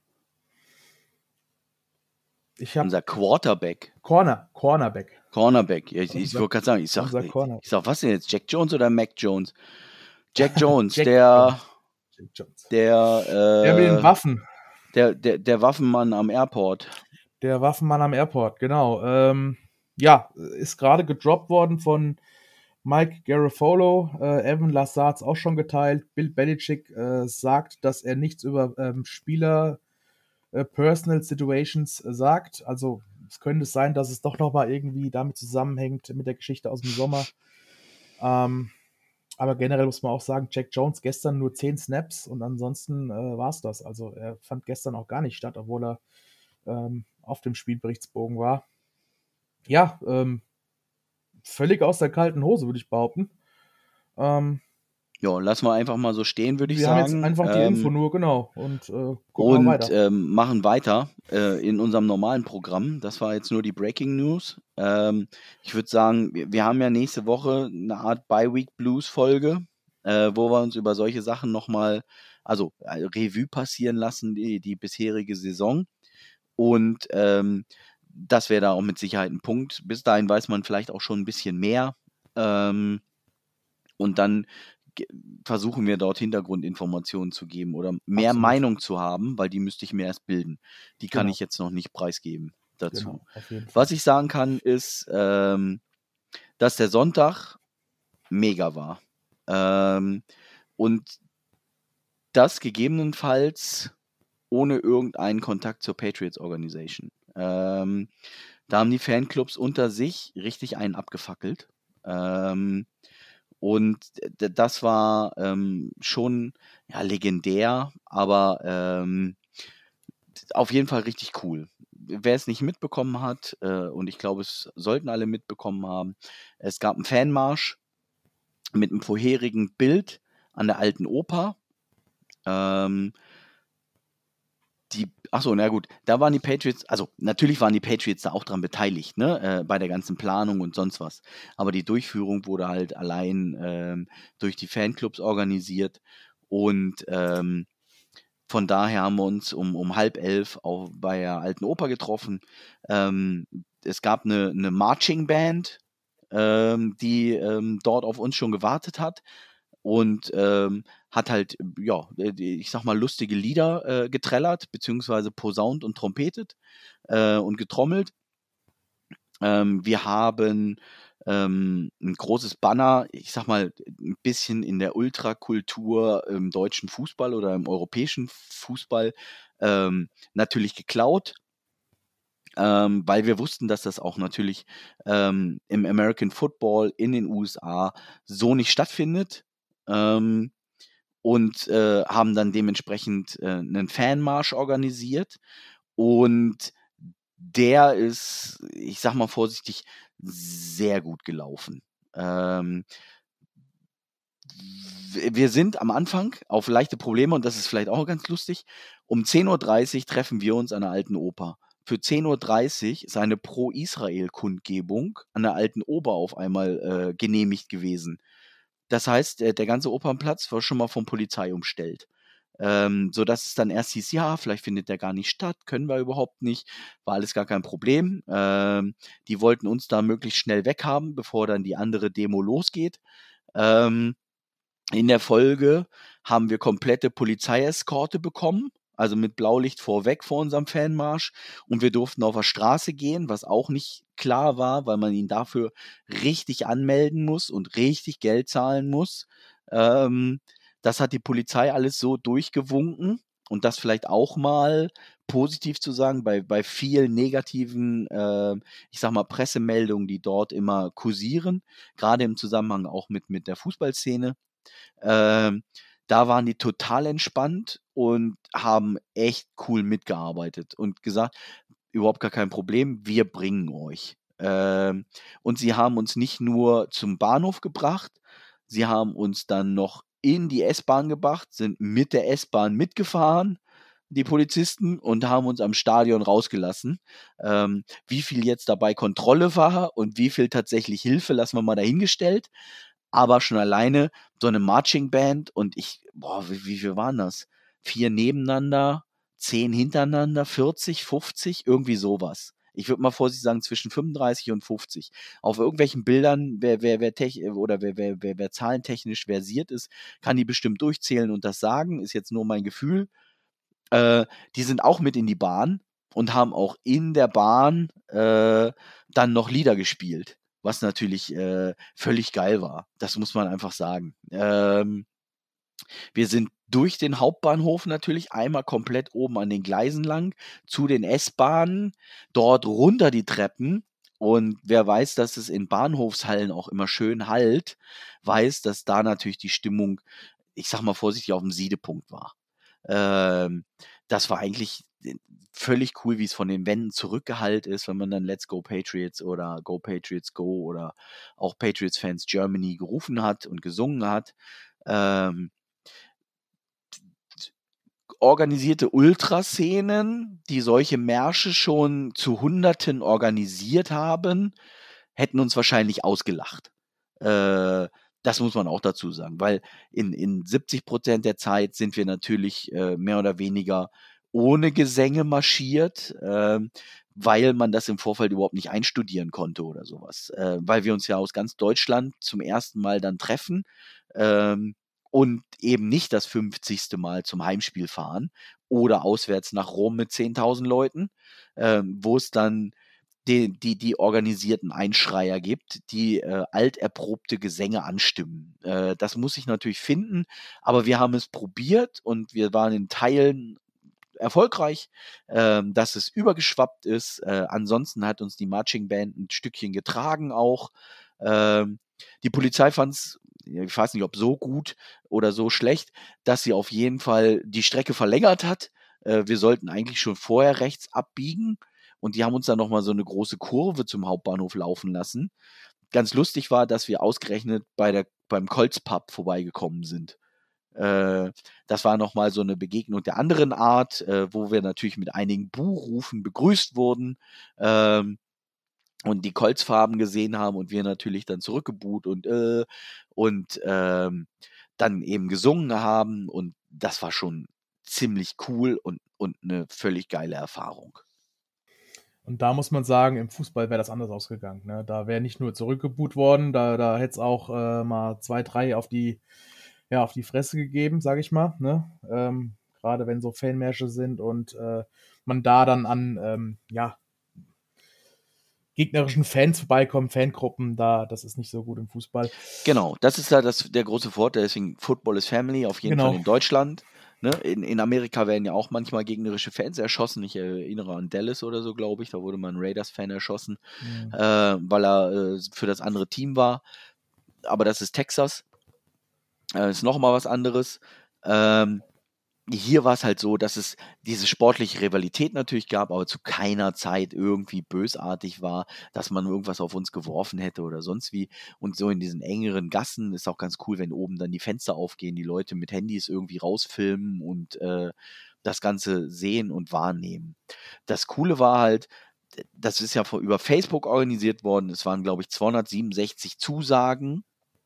Ich habe Unser Quarterback. Corner, Cornerback. Cornerback. Ja, ich ich Unser, wollte gerade sagen, ich sag, unser ich Corner. sag, was denn jetzt? Jack Jones oder Mac Jones? Jack Jones, Jack der, Jones. Jack Jones. Der mit den der, äh, Waffen. der, der, der Waffenmann am Airport. Der Waffenmann am Airport, genau. Ähm, ja, ist gerade gedroppt worden von Mike Garafolo. Äh, Evan Lazar hat es auch schon geteilt. Bill Belichick äh, sagt, dass er nichts über ähm, Spieler äh, Personal Situations äh, sagt. Also es könnte sein, dass es doch nochmal irgendwie damit zusammenhängt mit der Geschichte aus dem Sommer. Ähm, aber generell muss man auch sagen, Jack Jones gestern nur zehn Snaps und ansonsten äh, war es das. Also er fand gestern auch gar nicht statt, obwohl er ähm, auf dem Spielberichtsbogen war. Ja, ähm, völlig aus der kalten Hose, würde ich behaupten. Ähm, Ja, lassen wir einfach mal so stehen, würde ich wir haben jetzt sagen. einfach die Info Ähm, nur, genau, und äh, gucken mal und weiter. ähm, machen weiter äh, in unserem normalen Programm. Das war jetzt nur die Breaking News. Ähm, ich würde sagen, wir, wir haben ja nächste Woche eine Art Bi-Week Blues-Folge, äh, wo wir uns über solche Sachen nochmal, also äh, Revue passieren lassen, die, die bisherige Saison. Und ähm, das wäre da auch mit Sicherheit ein Punkt. Bis dahin weiß man vielleicht auch schon ein bisschen mehr. Ähm, und dann ge- versuchen wir dort Hintergrundinformationen zu geben oder mehr Absolut. Meinung zu haben, weil die müsste ich mir erst bilden. Die kann Genau, ich jetzt noch nicht preisgeben dazu. genau, auf jeden Fall. Was ich sagen kann, ist, ähm, dass der Sonntag mega war. Ähm, und das gegebenenfalls ohne irgendeinen Kontakt zur Patriots Organization. Ähm, da haben die Fanclubs unter sich richtig einen abgefackelt. Ähm, und d- das war ähm, schon ja, legendär, aber ähm, auf jeden Fall richtig cool. Wer es nicht mitbekommen hat, äh, und ich glaube, es sollten alle mitbekommen haben, es gab einen Fanmarsch mit einem vorherigen Bild an der Alten Oper. Ähm, Die, ach so, na gut, da waren die Patriots, also natürlich waren die Patriots da auch dran beteiligt, ne, äh, bei der ganzen Planung und sonst was. Aber die Durchführung wurde halt allein ähm, durch die Fanclubs organisiert und ähm, von daher haben wir uns um, um halb elf auch bei der Alten Oper getroffen. Ähm, es gab eine, eine Marching Band, ähm, die ähm, dort auf uns schon gewartet hat und ähm, hat halt, ja, äh, die- ich sag mal, lustige Lieder äh, getrellert, beziehungsweise posaunt und trompetet äh, und getrommelt. Ähm, wir haben ähm, ein großes Banner, ich sag mal, ein bisschen in der Ultrakultur im deutschen Fußball oder im europäischen Fußball ähm, natürlich geklaut, ähm, weil wir wussten, dass das auch natürlich ähm, im American Football in den U S A so nicht stattfindet. Ähm, und äh, haben dann dementsprechend äh, einen Fanmarsch organisiert. Und der ist, ich sag mal vorsichtig, sehr gut gelaufen. Ähm, w- wir sind am Anfang auf leichte Probleme und das ist vielleicht auch ganz lustig. Um zehn Uhr dreißig treffen wir uns an der Alten Oper. Für zehn Uhr dreißig ist eine Pro-Israel-Kundgebung an der Alten Oper auf einmal äh, genehmigt gewesen. Das heißt, der, der ganze Opernplatz war schon mal von Polizei umstellt. Ähm, sodass es dann erst hieß, ja, vielleicht findet der gar nicht statt, können wir überhaupt nicht, war alles gar kein Problem. Ähm, die wollten uns da möglichst schnell weghaben, bevor dann die andere Demo losgeht. Ähm, in der Folge haben wir komplette Polizeieskorte bekommen, also mit Blaulicht vorweg vor unserem Fanmarsch. Und wir durften auf der Straße gehen, was auch nicht klar war, weil man ihn dafür richtig anmelden muss und richtig Geld zahlen muss. Ähm, das hat die Polizei alles so durchgewunken. Und das vielleicht auch mal positiv zu sagen, bei, bei vielen negativen, äh, ich sag mal, Pressemeldungen, die dort immer kursieren, gerade im Zusammenhang auch mit, mit der Fußballszene. Ähm, da waren die total entspannt und haben echt cool mitgearbeitet und gesagt, überhaupt gar kein Problem, wir bringen euch. Ähm, und sie haben uns nicht nur zum Bahnhof gebracht, sie haben uns dann noch in die S-Bahn gebracht, sind mit der S-Bahn mitgefahren, die Polizisten, und haben uns am Stadion rausgelassen. Ähm, wie viel jetzt dabei Kontrolle war und wie viel tatsächlich Hilfe, lassen wir mal dahingestellt. Aber schon alleine so eine Marching Band und ich, boah, wie, wie viel waren das? Vier nebeneinander, zehn hintereinander, vierzig, fünfzig, irgendwie sowas. Ich würde mal vorsichtig sagen, zwischen fünfunddreißig und fünfzig. Auf irgendwelchen Bildern, wer, wer, wer, tech, oder wer, wer, wer, wer zahlentechnisch versiert ist, kann die bestimmt durchzählen und das sagen, ist jetzt nur mein Gefühl. Äh, die sind auch mit in die Bahn und haben auch in der Bahn äh, dann noch Lieder gespielt, was natürlich äh, völlig geil war. Das muss man einfach sagen. Ähm, wir sind durch den Hauptbahnhof natürlich einmal komplett oben an den Gleisen lang zu den S-Bahnen, dort runter die Treppen. Und wer weiß, dass es in Bahnhofshallen auch immer schön hallt, weiß, dass da natürlich die Stimmung, ich sag mal vorsichtig, auf dem Siedepunkt war. Ähm, das war eigentlich völlig cool, wie es von den Wänden zurückgehallt ist, wenn man dann Let's Go Patriots oder Go Patriots Go oder auch Patriots Fans Germany gerufen hat und gesungen hat. Ähm, organisierte Ultraszenen, die solche Märsche schon zu Hunderten organisiert haben, hätten uns wahrscheinlich ausgelacht. Äh, das muss man auch dazu sagen, weil in, in siebzig Prozent der Zeit sind wir natürlich äh, mehr oder weniger ohne Gesänge marschiert, äh, weil man das im Vorfeld überhaupt nicht einstudieren konnte oder sowas. Äh, weil wir uns ja aus ganz Deutschland zum ersten Mal dann treffen. Ähm, und eben nicht das fünfzigste Mal zum Heimspiel fahren oder auswärts nach Rom mit zehntausend Leuten, ähm, wo es dann die, die, die organisierten Einschreier gibt, die äh, alterprobte Gesänge anstimmen. Äh, das muss ich natürlich finden, aber wir haben es probiert und wir waren in Teilen erfolgreich, ähm, dass es übergeschwappt ist. Äh, ansonsten hat uns die Marching Band ein Stückchen getragen auch. Ähm, die Polizei fand es, ich weiß nicht, ob so gut oder so schlecht, dass sie auf jeden Fall die Strecke verlängert hat. Äh, wir sollten eigentlich schon vorher rechts abbiegen und die haben uns dann nochmal so eine große Kurve zum Hauptbahnhof laufen lassen. Ganz lustig war, dass wir ausgerechnet bei der, beim Colts Pub vorbeigekommen sind. Äh, das war nochmal so eine Begegnung der anderen Art, äh, wo wir natürlich mit einigen Buhrufen begrüßt wurden. Ähm, und die Colts-Farben gesehen haben und wir natürlich dann zurückgebuht und äh, und ähm, dann eben gesungen haben und das war schon ziemlich cool und und eine völlig geile Erfahrung. Und da muss man sagen, im Fußball wäre das anders ausgegangen. Ne? Da wäre nicht nur zurückgebuht worden, da, da hätte es auch äh, mal zwei, drei auf die, ja, auf die Fresse gegeben, sage ich mal. Ne? Ähm, Gerade wenn so Fanmärsche sind und äh, man da dann an ähm, ja, gegnerischen Fans vorbeikommen, Fangruppen, da, das ist nicht so gut im Fußball. Genau, das ist ja das, der große Vorteil, deswegen Football is Family, auf jeden Genau. Fall in Deutschland. Ne? In, in Amerika werden ja auch manchmal gegnerische Fans erschossen. Ich erinnere an Dallas oder so, glaube ich. Da wurde mal ein Raiders-Fan erschossen, Mhm. äh, weil er äh, für das andere Team war. Aber das ist Texas. Äh, ist nochmal was anderes. Ähm, hier war es halt so, dass es diese sportliche Rivalität natürlich gab, aber zu keiner Zeit irgendwie bösartig war, dass man irgendwas auf uns geworfen hätte oder sonst wie. Und so in diesen engeren Gassen ist auch ganz cool, wenn oben dann die Fenster aufgehen, die Leute mit Handys irgendwie rausfilmen und äh, das Ganze sehen und wahrnehmen. Das Coole war halt, das ist ja vor, über Facebook organisiert worden. Es waren, glaube ich, zweihundertsiebenundsechzig Zusagen.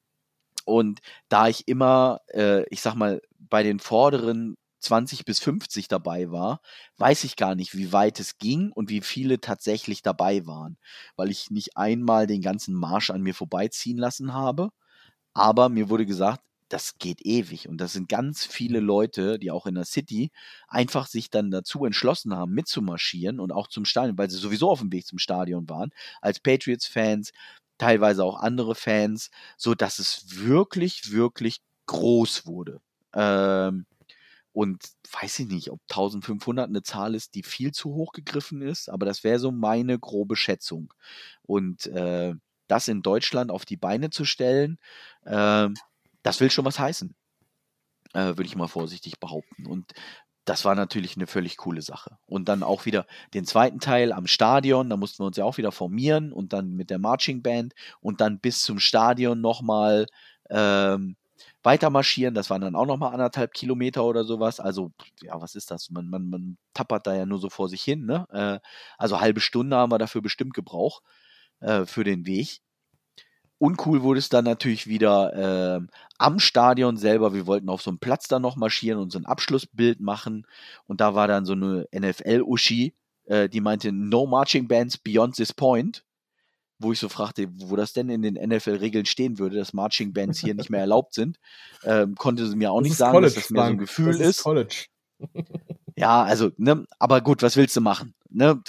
Und da ich immer, äh, ich sag mal, bei den vorderen zwanzig bis fünfzig dabei war, weiß ich gar nicht, wie weit es ging und wie viele tatsächlich dabei waren, weil ich nicht einmal den ganzen Marsch an mir vorbeiziehen lassen habe, aber mir wurde gesagt, das geht ewig und das sind ganz viele Leute, die auch in der City einfach sich dann dazu entschlossen haben, mitzumarschieren und auch zum Stadion, weil sie sowieso auf dem Weg zum Stadion waren, als Patriots-Fans, teilweise auch andere Fans, so dass es wirklich, wirklich groß wurde. Ähm, und weiß ich nicht, ob eintausendfünfhundert eine Zahl ist, die viel zu hoch gegriffen ist, aber das wäre so meine grobe Schätzung. Und äh, das in Deutschland auf die Beine zu stellen, äh, das will schon was heißen, äh, würde ich mal vorsichtig behaupten. Und das war natürlich eine völlig coole Sache. Und dann auch wieder den zweiten Teil am Stadion, da mussten wir uns ja auch wieder formieren und dann mit der Marching Band und dann bis zum Stadion nochmal ähm, weiter marschieren. Das waren dann auch nochmal anderthalb Kilometer oder sowas. Also, ja, was ist das? Man, man, man tappert da ja nur so vor sich hin. Ne? Äh, also halbe Stunde haben wir dafür bestimmt gebraucht äh, für den Weg. Uncool wurde es dann natürlich wieder ähm, am Stadion selber. Wir wollten auf so einem Platz dann noch marschieren und so ein Abschlussbild machen. Und da war dann so eine N F L-Uschi, äh, die meinte, no marching bands beyond this point. Wo ich so fragte, wo das denn in den N F L-Regeln stehen würde, dass Marching Bands hier nicht mehr erlaubt sind. Ähm, konnte sie mir auch Das nicht ist sagen, College, dass das mehr so ein Frank. Gefühl Das ist ist. College. Ja, also, ne, aber gut, was willst du machen? ne,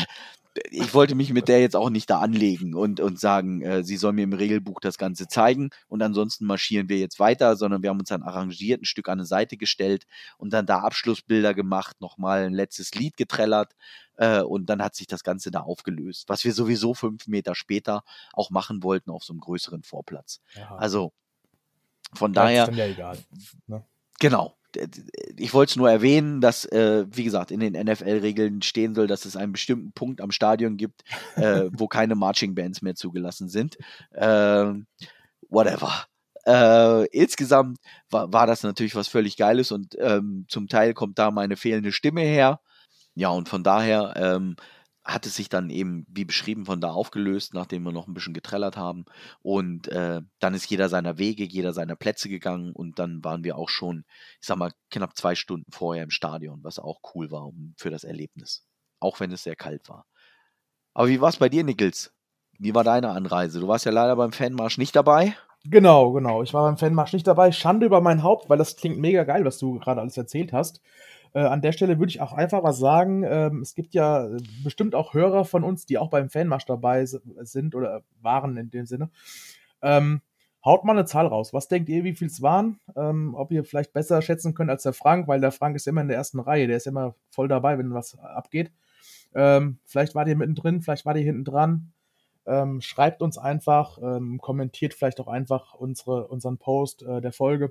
ich wollte mich mit der jetzt auch nicht da anlegen und, und sagen, äh, sie soll mir im Regelbuch das Ganze zeigen und ansonsten marschieren wir jetzt weiter, sondern wir haben uns dann arrangiert, ein Stück an eine Seite gestellt und dann da Abschlussbilder gemacht, nochmal ein letztes Lied getrellert äh, und dann hat sich das Ganze da aufgelöst, was wir sowieso fünf Meter später auch machen wollten auf so einem größeren Vorplatz. Ja. Also von Ja, ist daher, dann ja egal. Ne? genau. Ich wollte es nur erwähnen, dass, äh, wie gesagt, in den N F L-Regeln stehen soll, dass es einen bestimmten Punkt am Stadion gibt, äh, wo keine Marching-Bands mehr zugelassen sind. Ähm, whatever. Äh, insgesamt war, war das natürlich was völlig Geiles und ähm, zum Teil kommt da meine fehlende Stimme her. Ja, und von daher ähm, hat es sich dann eben, wie beschrieben, von da aufgelöst, nachdem wir noch ein bisschen getrellert haben. Und äh, dann ist jeder seiner Wege, jeder seiner Plätze gegangen und dann waren wir auch schon, ich sag mal, knapp zwei Stunden vorher im Stadion, was auch cool war um, für das Erlebnis. Auch wenn es sehr kalt war. Aber wie war es bei dir, Nickels? Wie war deine Anreise? Du warst ja leider beim Fanmarsch nicht dabei. Genau, genau. Ich war beim Fanmarsch nicht dabei. Schande über mein Haupt, weil das klingt mega geil, was du gerade alles erzählt hast. Äh, an der Stelle würde ich auch einfach was sagen. Ähm, es gibt ja äh, bestimmt auch Hörer von uns, die auch beim Fanmarsch dabei s- sind oder waren in dem Sinne. Ähm, haut mal eine Zahl raus. Was denkt ihr, wie viel es waren? Ähm, ob ihr vielleicht besser schätzen könnt als der Frank, weil der Frank ist immer in der ersten Reihe. Der ist immer voll dabei, wenn was abgeht. Ähm, vielleicht wart ihr mittendrin, vielleicht wart ihr hinten dran. Ähm, schreibt uns einfach, ähm, kommentiert vielleicht auch einfach unsere, unseren Post äh, der Folge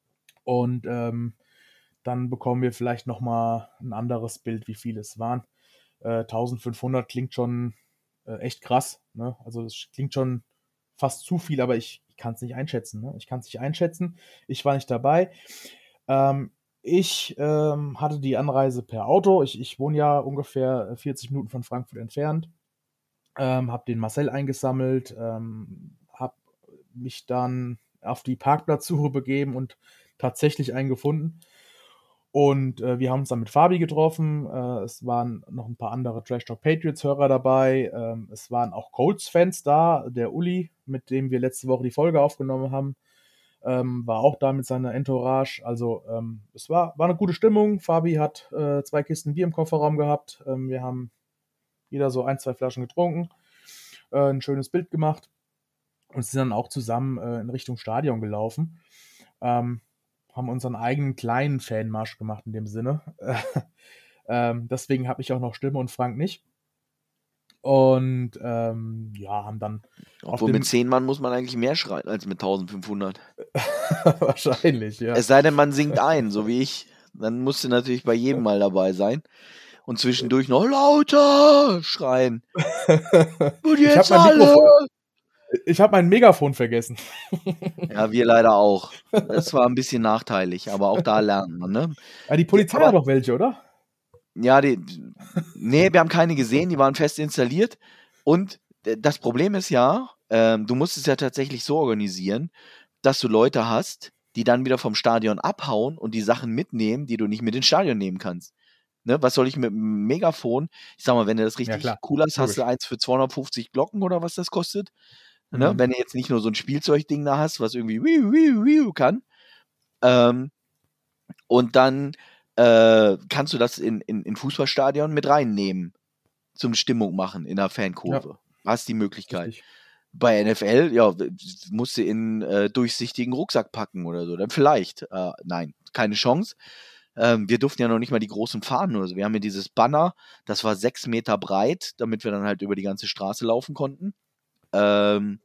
und ähm, dann bekommen wir vielleicht nochmal ein anderes Bild, wie viele es waren. Äh, eintausendfünfhundert klingt schon äh, echt krass. Ne? Also es klingt schon fast zu viel, aber ich, ich kann es nicht einschätzen. Ne? Ich kann es nicht einschätzen. Ich war nicht dabei. Ähm, ich ähm, hatte die Anreise per Auto. Ich, ich wohne ja ungefähr vierzig Minuten von Frankfurt entfernt. Ähm, habe den Marcel eingesammelt, ähm, habe mich dann auf die Parkplatzsuche begeben und tatsächlich einen gefunden. Und äh, wir haben uns dann mit Fabi getroffen. Äh, es waren noch ein paar andere Trash Talk Patriots-Hörer dabei. Ähm, es waren auch Colts-Fans da. Der Uli, mit dem wir letzte Woche die Folge aufgenommen haben, ähm, war auch da mit seiner Entourage. Also ähm, es war, war eine gute Stimmung. Fabi hat äh, zwei Kisten Bier im Kofferraum gehabt. Ähm, wir haben jeder so ein, zwei Flaschen getrunken, äh, ein schönes Bild gemacht und sind dann auch zusammen äh, in Richtung Stadion gelaufen. Ähm, haben unseren eigenen kleinen Fanmarsch gemacht in dem Sinne. ähm, deswegen habe ich auch noch Stimme und Frank nicht. Und ähm, ja, haben dann auf Obwohl mit dem zehn Mann muss man eigentlich mehr schreien als mit eintausendfünfhundert. wahrscheinlich, ja. Es sei denn, man singt ein, so wie ich. Dann musst du natürlich bei jedem mal dabei sein. Und zwischendurch noch lauter schreien. Und ich habe jetzt mein alle! Mikrofon, ich habe mein Megafon vergessen. Ja, wir leider auch. Das war ein bisschen nachteilig, aber auch da lernt man, ne? Ja, die Die, Polizei aber hat doch welche, oder? ja, die, nee, wir haben keine gesehen, die waren fest installiert. Und d- das Problem ist ja, ähm, du musst es ja tatsächlich so organisieren, dass du Leute hast, die dann wieder vom Stadion abhauen und die Sachen mitnehmen, die du nicht mit ins Stadion nehmen kannst. Ne, was soll ich mit einem Megafon? Ich sag mal, wenn du das Ja, richtig klar. cool hast, hast du Logisch. eins für zweihundertfünfzig Glocken oder was das kostet. Ne? Mhm. Wenn du jetzt nicht nur so ein Spielzeugding da hast, was irgendwie wiu, wiu, wiu kann. Ähm, und dann äh, kannst du das in, in, in Fußballstadion mit reinnehmen, zum Stimmung machen in der Ja, Fankurve. Hast die Möglichkeit. richtig. Bei N F L, ja, musst du in äh, durchsichtigen Rucksack packen oder so. Dann vielleicht. Äh, nein, keine Chance. Ähm, wir durften ja noch nicht mal die großen Fahnen oder so. Wir haben hier dieses Banner, das war sechs Meter breit, damit wir dann halt über die ganze Straße laufen konnten. Ähm,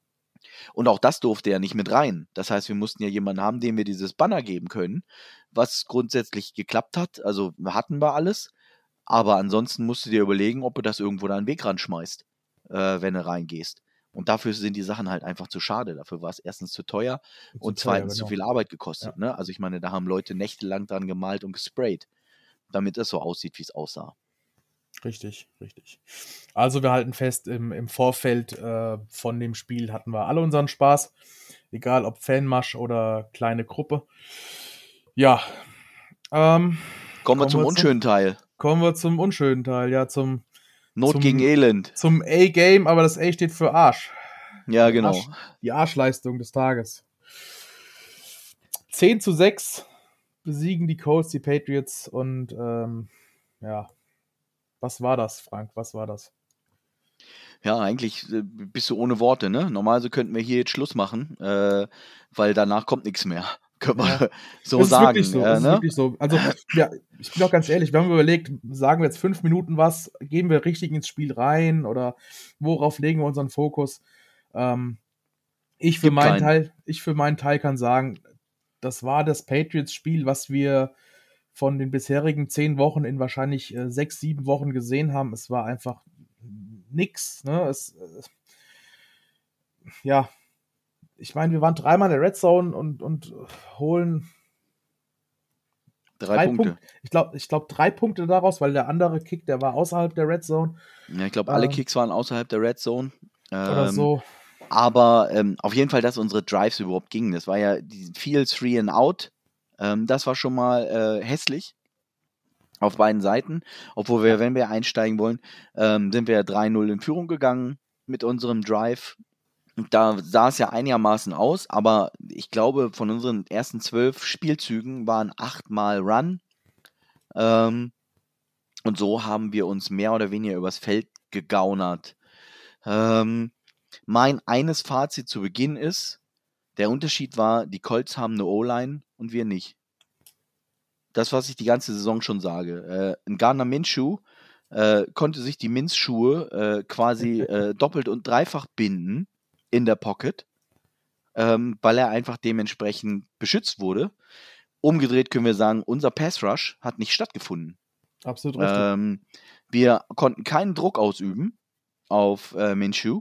und auch das durfte ja nicht mit rein. Das heißt, wir mussten ja jemanden haben, dem wir dieses Banner geben können, was grundsätzlich geklappt hat. Also hatten wir alles. Aber ansonsten musst du dir überlegen, ob du das irgendwo da einen Weg ranschmeißt, äh, wenn du reingehst. Und dafür sind die Sachen halt einfach zu schade. Dafür war es erstens zu teuer Zu und teuer, zweitens zu genau. viel Arbeit Ja, gekostet. Ne? Also ich meine, da haben Leute nächtelang dran gemalt und gesprayt, damit es so aussieht, wie es aussah. richtig, richtig. Also wir halten fest, im, im Vorfeld äh, von dem Spiel hatten wir alle unseren Spaß. Egal ob Fanmarsch oder kleine Gruppe. Ja, ähm, Kommen wir kommen zum wir zum, unschönen Teil. kommen wir zum unschönen Teil, ja, zum, Not gegen zum, Elend. zum A-Game, aber das A steht für Arsch. Ja, Die Arsch, genau. die Arschleistung des Tages. zehn zu sechs besiegen die Colts die Patriots und ähm, ja, Was war das, Frank? Was war das? Ja, eigentlich äh, bist du ohne Worte, ne? Normalerweise könnten wir hier jetzt Schluss machen, äh, weil danach kommt nichts mehr. Können Ja, wir so es ist wirklich sagen, so. Es äh, ist ne? wirklich so. Also, ja, ich bin auch ganz ehrlich, wir haben überlegt, sagen wir jetzt fünf Minuten was, gehen wir richtig ins Spiel rein oder worauf legen wir unseren Fokus? Ähm, ich für Gibt meinen keinen. Teil, ich für meinen Teil kann sagen, das war das Patriots-Spiel, was wir von den bisherigen zehn Wochen in wahrscheinlich äh, sechs, sieben Wochen gesehen haben. Es war einfach nix. Ne? Es, äh, ja, ich meine, wir waren dreimal in der Red Zone und, und holen Drei drei Punkte. Punkte. Ich glaube, ich glaub, drei Punkte daraus, weil der andere Kick, der war außerhalb der Red Zone. Ja, ich glaube, alle Ähm, Kicks waren außerhalb der Red Zone. oder Ähm, so. aber ähm, auf jeden Fall, dass unsere Drives überhaupt gingen. Das war ja die viel Three and Out. Ähm, das war schon mal äh, hässlich auf beiden Seiten. Obwohl wir, wenn wir einsteigen wollen, ähm, sind wir drei null in Führung gegangen mit unserem Drive. Da sah es ja einigermaßen aus, aber ich glaube, von unseren ersten zwölf Spielzügen waren achtmal Run. Ähm, und so haben wir uns mehr oder weniger übers Feld gegaunert. Ähm, mein eines Fazit zu Beginn ist, der Unterschied war, die Colts haben eine O-Line und wir nicht. Das, was ich die ganze Saison schon sage. Äh, ein Gardner Minshew äh, konnte sich die Minzschuhe äh, quasi äh, doppelt und dreifach binden in der Pocket, ähm, weil er einfach dementsprechend beschützt wurde. Umgedreht können wir sagen, unser Pass Rush hat nicht stattgefunden. Absolut richtig. Ähm, wir konnten keinen Druck ausüben auf äh, Minshew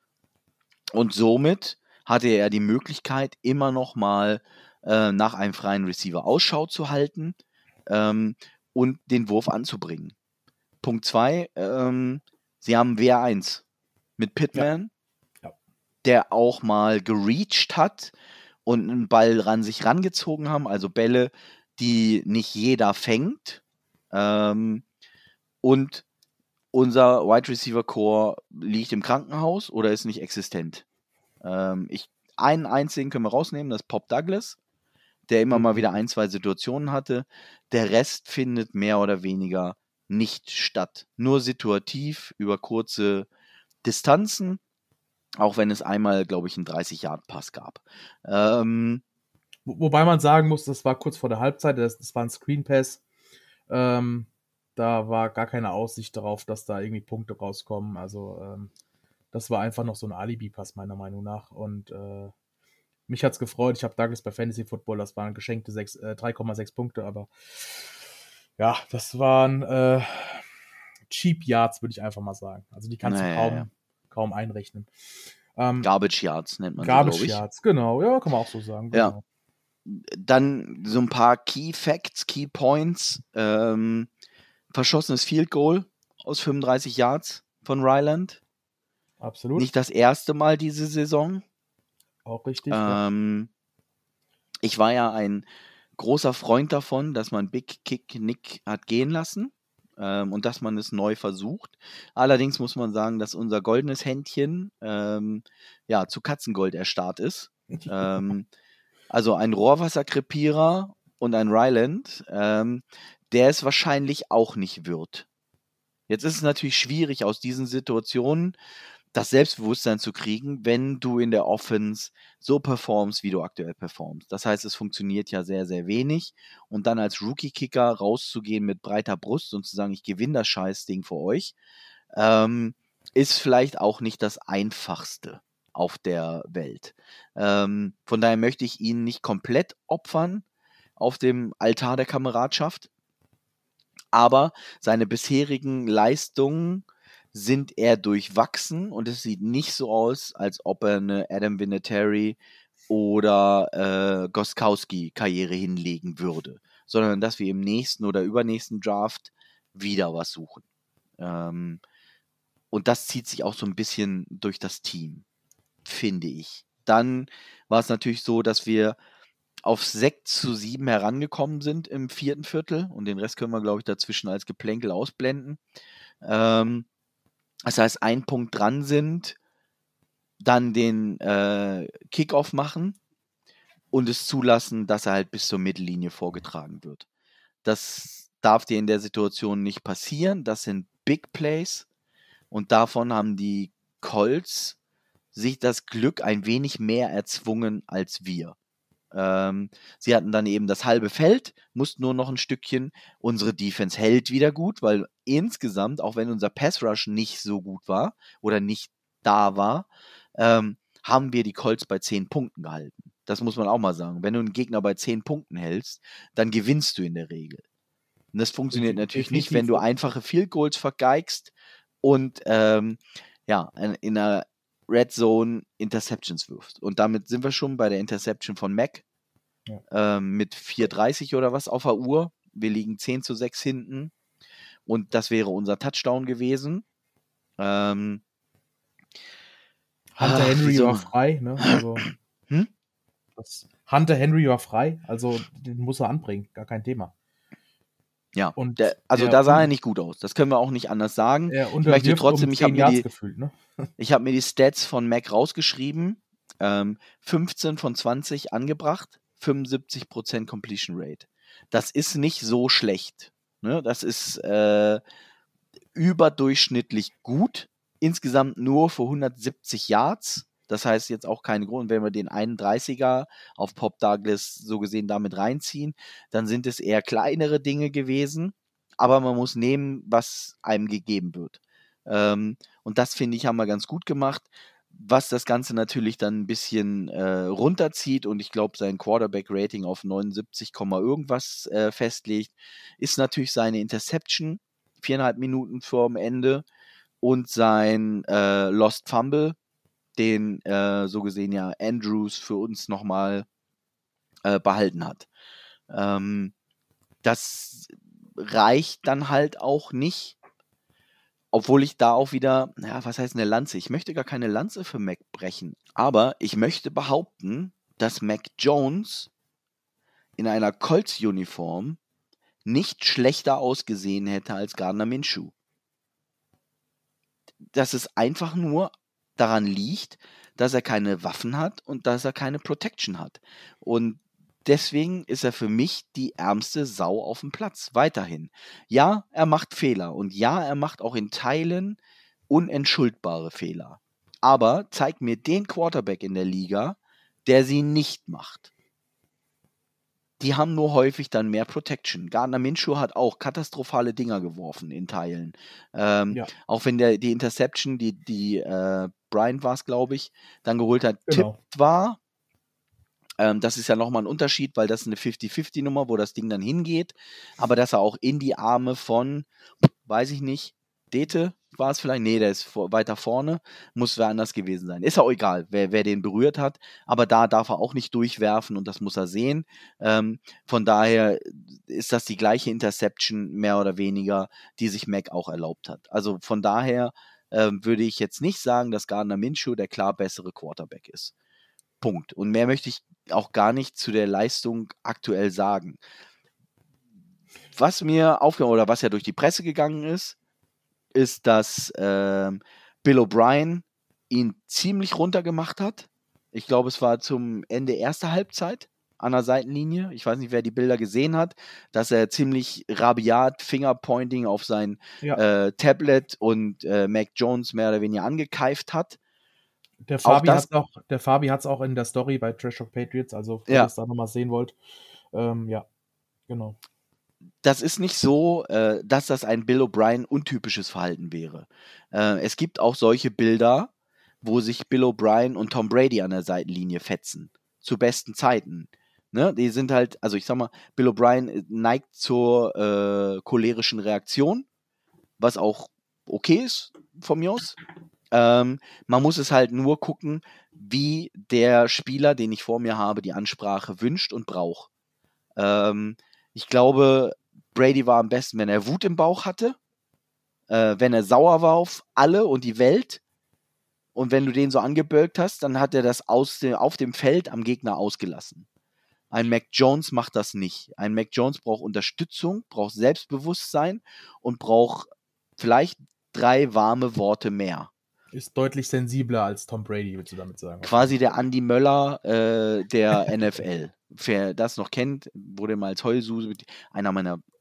und somit hatte er die Möglichkeit, immer noch mal äh, nach einem freien Receiver Ausschau zu halten ähm, und den Wurf anzubringen. Punkt zwei, ähm, sie haben W R eins mit Pittman, Ja. der auch mal gereached hat und einen Ball ran sich rangezogen haben, also Bälle, die nicht jeder fängt. Ähm, und unser Wide Receiver Core liegt im Krankenhaus oder ist nicht existent. Ähm, ich, einen einzigen können wir rausnehmen, das ist Pop Douglas, der immer mal wieder ein, zwei Situationen hatte. Der Rest findet mehr oder weniger nicht statt. Nur situativ über kurze Distanzen, auch wenn es einmal, glaube ich, einen dreißig-Yard-Pass gab. Ähm, Wo, wobei man sagen muss, das war kurz vor der Halbzeit, das, das war ein Screen Pass. Ähm, da war gar keine Aussicht darauf, dass da irgendwie Punkte rauskommen. Also ähm, das war einfach noch so ein Alibi-Pass, meiner Meinung nach. Und äh, mich hat's gefreut. Ich habe Douglas bei Fantasy Football, das waren geschenkte äh, drei Komma sechs Punkte, aber ja, das waren äh, Cheap Yards, würde ich einfach mal sagen. Also die kannst du naja, kaum, ja. kaum einrechnen. Ähm, Garbage Yards nennt man sie, Garbage glaube ich. Yards, genau, ja, kann man auch so sagen. Ja. Genau. Dann so ein paar Key Facts, Key Points. Ähm, verschossenes Field Goal aus fünfunddreißig Yards von Ryland. Absolut. Nicht das erste Mal diese Saison. Auch richtig. Ähm, ja. Ich war ja ein großer Freund davon, dass man Big Kick Nick hat gehen lassen ähm, und dass man es neu versucht. Allerdings muss man sagen, dass unser goldenes Händchen ähm, ja, zu Katzengold erstarrt ist. ähm, also ein Rohrwasserkrepierer und ein Ryland, ähm, der es wahrscheinlich auch nicht wird. Jetzt ist es natürlich schwierig, aus diesen Situationen das Selbstbewusstsein zu kriegen, wenn du in der Offense so performst, wie du aktuell performst. Das heißt, es funktioniert ja sehr, sehr wenig. Und dann als Rookie-Kicker rauszugehen mit breiter Brust und zu sagen, ich gewinne das Scheißding für euch, ähm, ist vielleicht auch nicht das Einfachste auf der Welt. Ähm, von daher möchte ich ihn nicht komplett opfern auf dem Altar der Kameradschaft, aber seine bisherigen Leistungen sind eher durchwachsen und es sieht nicht so aus, als ob er eine Adam Vinatieri oder äh, Gostkowski-Karriere hinlegen würde, sondern dass wir im nächsten oder übernächsten Draft wieder was suchen. Ähm, und das zieht sich auch so ein bisschen durch das Team, finde ich. Dann war es natürlich so, dass wir auf sechs zu sieben herangekommen sind im vierten Viertel und den Rest können wir, glaube ich, dazwischen als Geplänkel ausblenden. Ähm, das heißt, ein Punkt dran sind, dann den äh, Kickoff machen und es zulassen, dass er halt bis zur Mittellinie vorgetragen wird. Das darf dir in der Situation nicht passieren. Das sind Big Plays und davon haben die Colts sich das Glück ein wenig mehr erzwungen als wir. Ähm, sie hatten dann eben das halbe Feld, mussten nur noch ein Stückchen. Unsere Defense hält wieder gut, weil insgesamt, auch wenn unser Pass Rush nicht so gut war oder nicht da war, ähm, haben wir die Colts bei zehn Punkten gehalten. Das muss man auch mal sagen. Wenn du einen Gegner bei zehn Punkten hältst, dann gewinnst du in der Regel. Und das funktioniert Defi- natürlich nicht, definitiv, wenn du ja. einfache Field Goals vergeigst und ähm, ja, in in einer Red Zone Interceptions wirfst. Und damit sind wir schon bei der Interception von Mac Ja. ähm, mit vier dreißig oder was auf der Uhr. Wir liegen zehn zu sechs hinten und das wäre unser Touchdown gewesen. Ähm, Hunter ach, Henry wieso? war frei, ne? Also Hm? das, Hunter Henry war frei, also den muss er anbringen, gar kein Thema. Ja, Und der, also er, da sah er un- nicht gut aus. Das können wir auch nicht anders sagen. er Ich möchte unterwirft trotzdem, um ich habe zehn mir Yards die, gefühlt, ne? ich habe mir die Stats von Mac rausgeschrieben. Ähm, fünfzehn von zwanzig angebracht, fünfundsiebzig Prozent Completion Rate. Das ist nicht so schlecht. Ne? Das ist äh, überdurchschnittlich gut. Insgesamt nur für hundertsiebzig Yards. Das heißt jetzt auch kein Grund, wenn wir den einunddreißiger auf Pop Douglas so gesehen damit reinziehen, dann sind es eher kleinere Dinge gewesen. Aber man muss nehmen, was einem gegeben wird. Ähm, und das, finde ich, haben wir ganz gut gemacht. Was das Ganze natürlich dann ein bisschen äh, runterzieht und ich glaube, sein Quarterback-Rating auf neunundsiebzig, irgendwas äh, festlegt, ist natürlich seine Interception, viereinhalb Minuten vorm Ende und sein äh, Lost Fumble, den äh, so gesehen ja Andrews für uns nochmal äh, behalten hat. Ähm, das reicht dann halt auch nicht, obwohl ich da auch wieder, ja, was heißt eine Lanze? Ich möchte gar keine Lanze für Mac brechen, aber ich möchte behaupten, dass Mac Jones in einer Colts-Uniform nicht schlechter ausgesehen hätte als Gardner Minshew. Dass es einfach nur daran liegt, dass er keine Waffen hat und dass er keine Protection hat. Und deswegen ist er für mich die ärmste Sau auf dem Platz, weiterhin. Ja, er macht Fehler und ja, er macht auch in Teilen unentschuldbare Fehler. Aber zeig mir den Quarterback in der Liga, der sie nicht macht. Die haben nur häufig dann mehr Protection. Gardner Minshew hat auch katastrophale Dinger geworfen in Teilen. Ähm, Ja, auch wenn der, die Interception, die, die äh, Bryant war es, glaube ich, dann geholt hat, genau. tippt war. Ähm, das ist ja nochmal ein Unterschied, weil das ist eine fünfzig fünfzig Nummer, wo das Ding dann hingeht. Aber dass er auch in die Arme von, weiß ich nicht, Dete war es vielleicht? Nee, der ist vor, weiter vorne. Muss wer anders gewesen sein. Ist auch egal, wer, wer den berührt hat. Aber da darf er auch nicht durchwerfen und das muss er sehen. Ähm, von daher ist das die gleiche Interception, mehr oder weniger, die sich Mac auch erlaubt hat. Also von daher ähm, würde ich jetzt nicht sagen, dass Gardner Minshew der klar bessere Quarterback ist. Punkt. Und mehr möchte ich auch gar nicht zu der Leistung aktuell sagen. Was mir aufgefallen oder was ja durch die Presse gegangen ist, ist, dass ähm, Bill O'Brien ihn ziemlich runtergemacht hat. Ich glaube, es war zum Ende erster Halbzeit an der Seitenlinie. Ich weiß nicht, wer die Bilder gesehen hat, dass er ziemlich rabiat Fingerpointing auf sein Ja, äh, Tablet und äh, Mac Jones mehr oder weniger angekeift hat. der Auch Fabi das, hat auch, der Fabi hat es auch in der Story bei Trash Talk Patriots, also falls ihr ja, es da nochmal sehen wollt. Ähm, ja, genau. das ist nicht so, äh, dass das ein Bill O'Brien untypisches Verhalten wäre. Äh, es gibt auch solche Bilder, wo sich Bill O'Brien und Tom Brady an der Seitenlinie fetzen. Zu besten Zeiten. Ne? Die sind halt, also ich sag mal, Bill O'Brien neigt zur äh, cholerischen Reaktion, was auch okay ist von mir aus. Ähm, man muss es halt nur gucken, wie der Spieler, den ich vor mir habe, die Ansprache wünscht und braucht. Ähm, ich glaube, Brady war am besten, wenn er Wut im Bauch hatte, äh, wenn er sauer war auf alle und die Welt. Und wenn du den so angebölkt hast, dann hat er das aus de, auf dem Feld am Gegner ausgelassen. Ein Mac Jones macht das nicht. Ein Mac Jones braucht Unterstützung, braucht Selbstbewusstsein und braucht vielleicht drei warme Worte mehr. Ist deutlich sensibler als Tom Brady, würdest du damit sagen. Quasi der Andy Möller äh, der N F L. Wer das noch kennt, wurde mal als Heulsuse, einer meiner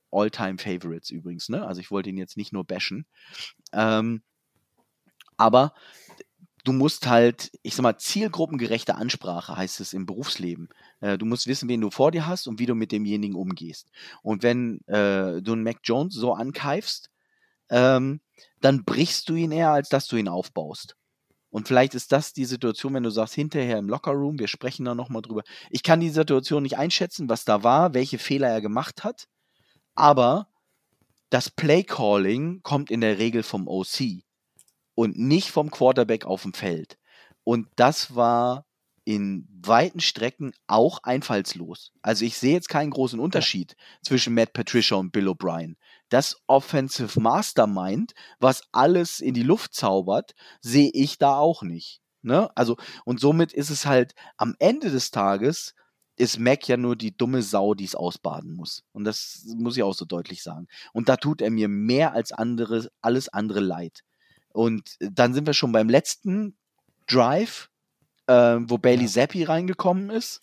All-Time-Favorites übrigens, ne? Also ich wollte ihn jetzt nicht nur bashen. Ähm, aber du musst halt, ich sag mal, zielgruppengerechte Ansprache heißt es im Berufsleben. Äh, du musst wissen, wen du vor dir hast und wie du mit demjenigen umgehst. Und wenn äh, du einen Mac Jones so ankeifst, ähm, dann brichst du ihn eher, als dass du ihn aufbaust. Und vielleicht ist das die Situation, wenn du sagst, hinterher im Lockerroom, wir sprechen da nochmal drüber. Ich kann die Situation nicht einschätzen, was da war, welche Fehler er gemacht hat, aber das Play-Calling kommt in der Regel vom O C und nicht vom Quarterback auf dem Feld. Und das war in weiten Strecken auch einfallslos. Also ich sehe jetzt keinen großen Unterschied ja. zwischen Matt Patricia und Bill O'Brien. Das Offensive Mastermind, was alles in die Luft zaubert, sehe ich da auch nicht. Ne? Also, und somit ist es halt am Ende des Tages ist Mac ja nur die dumme Sau, die es ausbaden muss. Und das muss ich auch so deutlich sagen. Und da tut er mir mehr als andere, alles andere leid. Und dann sind wir schon beim letzten Drive, äh, wo Bailey ja. Zappi reingekommen ist.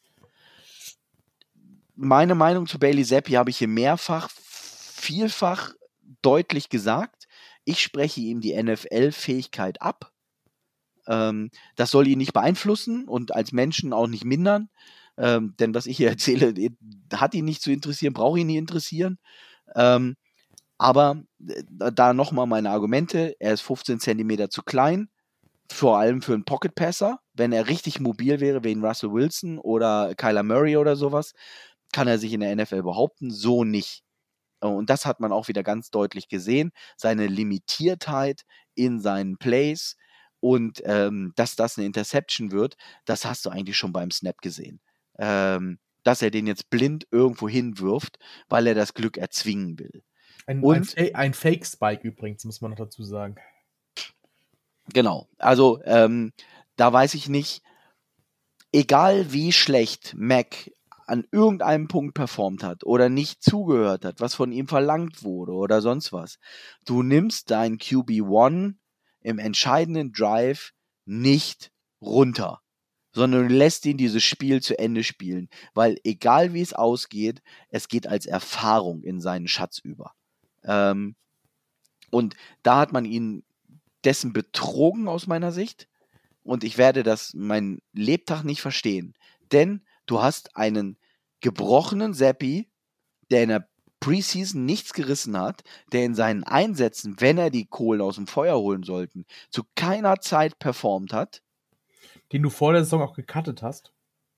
Meine Meinung zu Bailey Zappi habe ich hier mehrfach, vielfach deutlich gesagt. Ich spreche ihm die N F L-Fähigkeit ab. Ähm, das soll ihn nicht beeinflussen und als Menschen auch nicht mindern. Ähm, denn was ich hier erzähle, hat ihn nicht zu interessieren, braucht ihn nicht interessieren. Ähm, aber da nochmal meine Argumente. Er ist fünfzehn Zentimeter zu klein, vor allem für einen Pocket-Passer. Wenn er richtig mobil wäre, wie ein Russell Wilson oder Kyler Murray oder sowas, kann er sich in der N F L behaupten. So nicht. Und das hat man auch wieder ganz deutlich gesehen. Seine Limitiertheit in seinen Plays und ähm, dass das eine Interception wird, das hast du eigentlich schon beim Snap gesehen. Ähm, dass er den jetzt blind irgendwo hinwirft, weil er das Glück erzwingen will. Ein, und, ein, ein Fake-Spike übrigens, muss man noch dazu sagen. Genau, also ähm, da weiß ich nicht, egal wie schlecht Mac an irgendeinem Punkt performt hat oder nicht zugehört hat, was von ihm verlangt wurde oder sonst was, du nimmst dein Q B eins im entscheidenden Drive nicht runter, sondern du lässt ihn dieses Spiel zu Ende spielen, weil egal wie es ausgeht, es geht als Erfahrung in seinen Schatz über. Ähm, und da hat man ihn dessen betrogen aus meiner Sicht und ich werde das mein Lebtag nicht verstehen, denn du hast einen gebrochenen Zappi, der in der Preseason nichts gerissen hat, der in seinen Einsätzen, wenn er die Kohlen aus dem Feuer holen sollten, zu keiner Zeit performt hat. Den du vor der Saison auch gecuttet hast.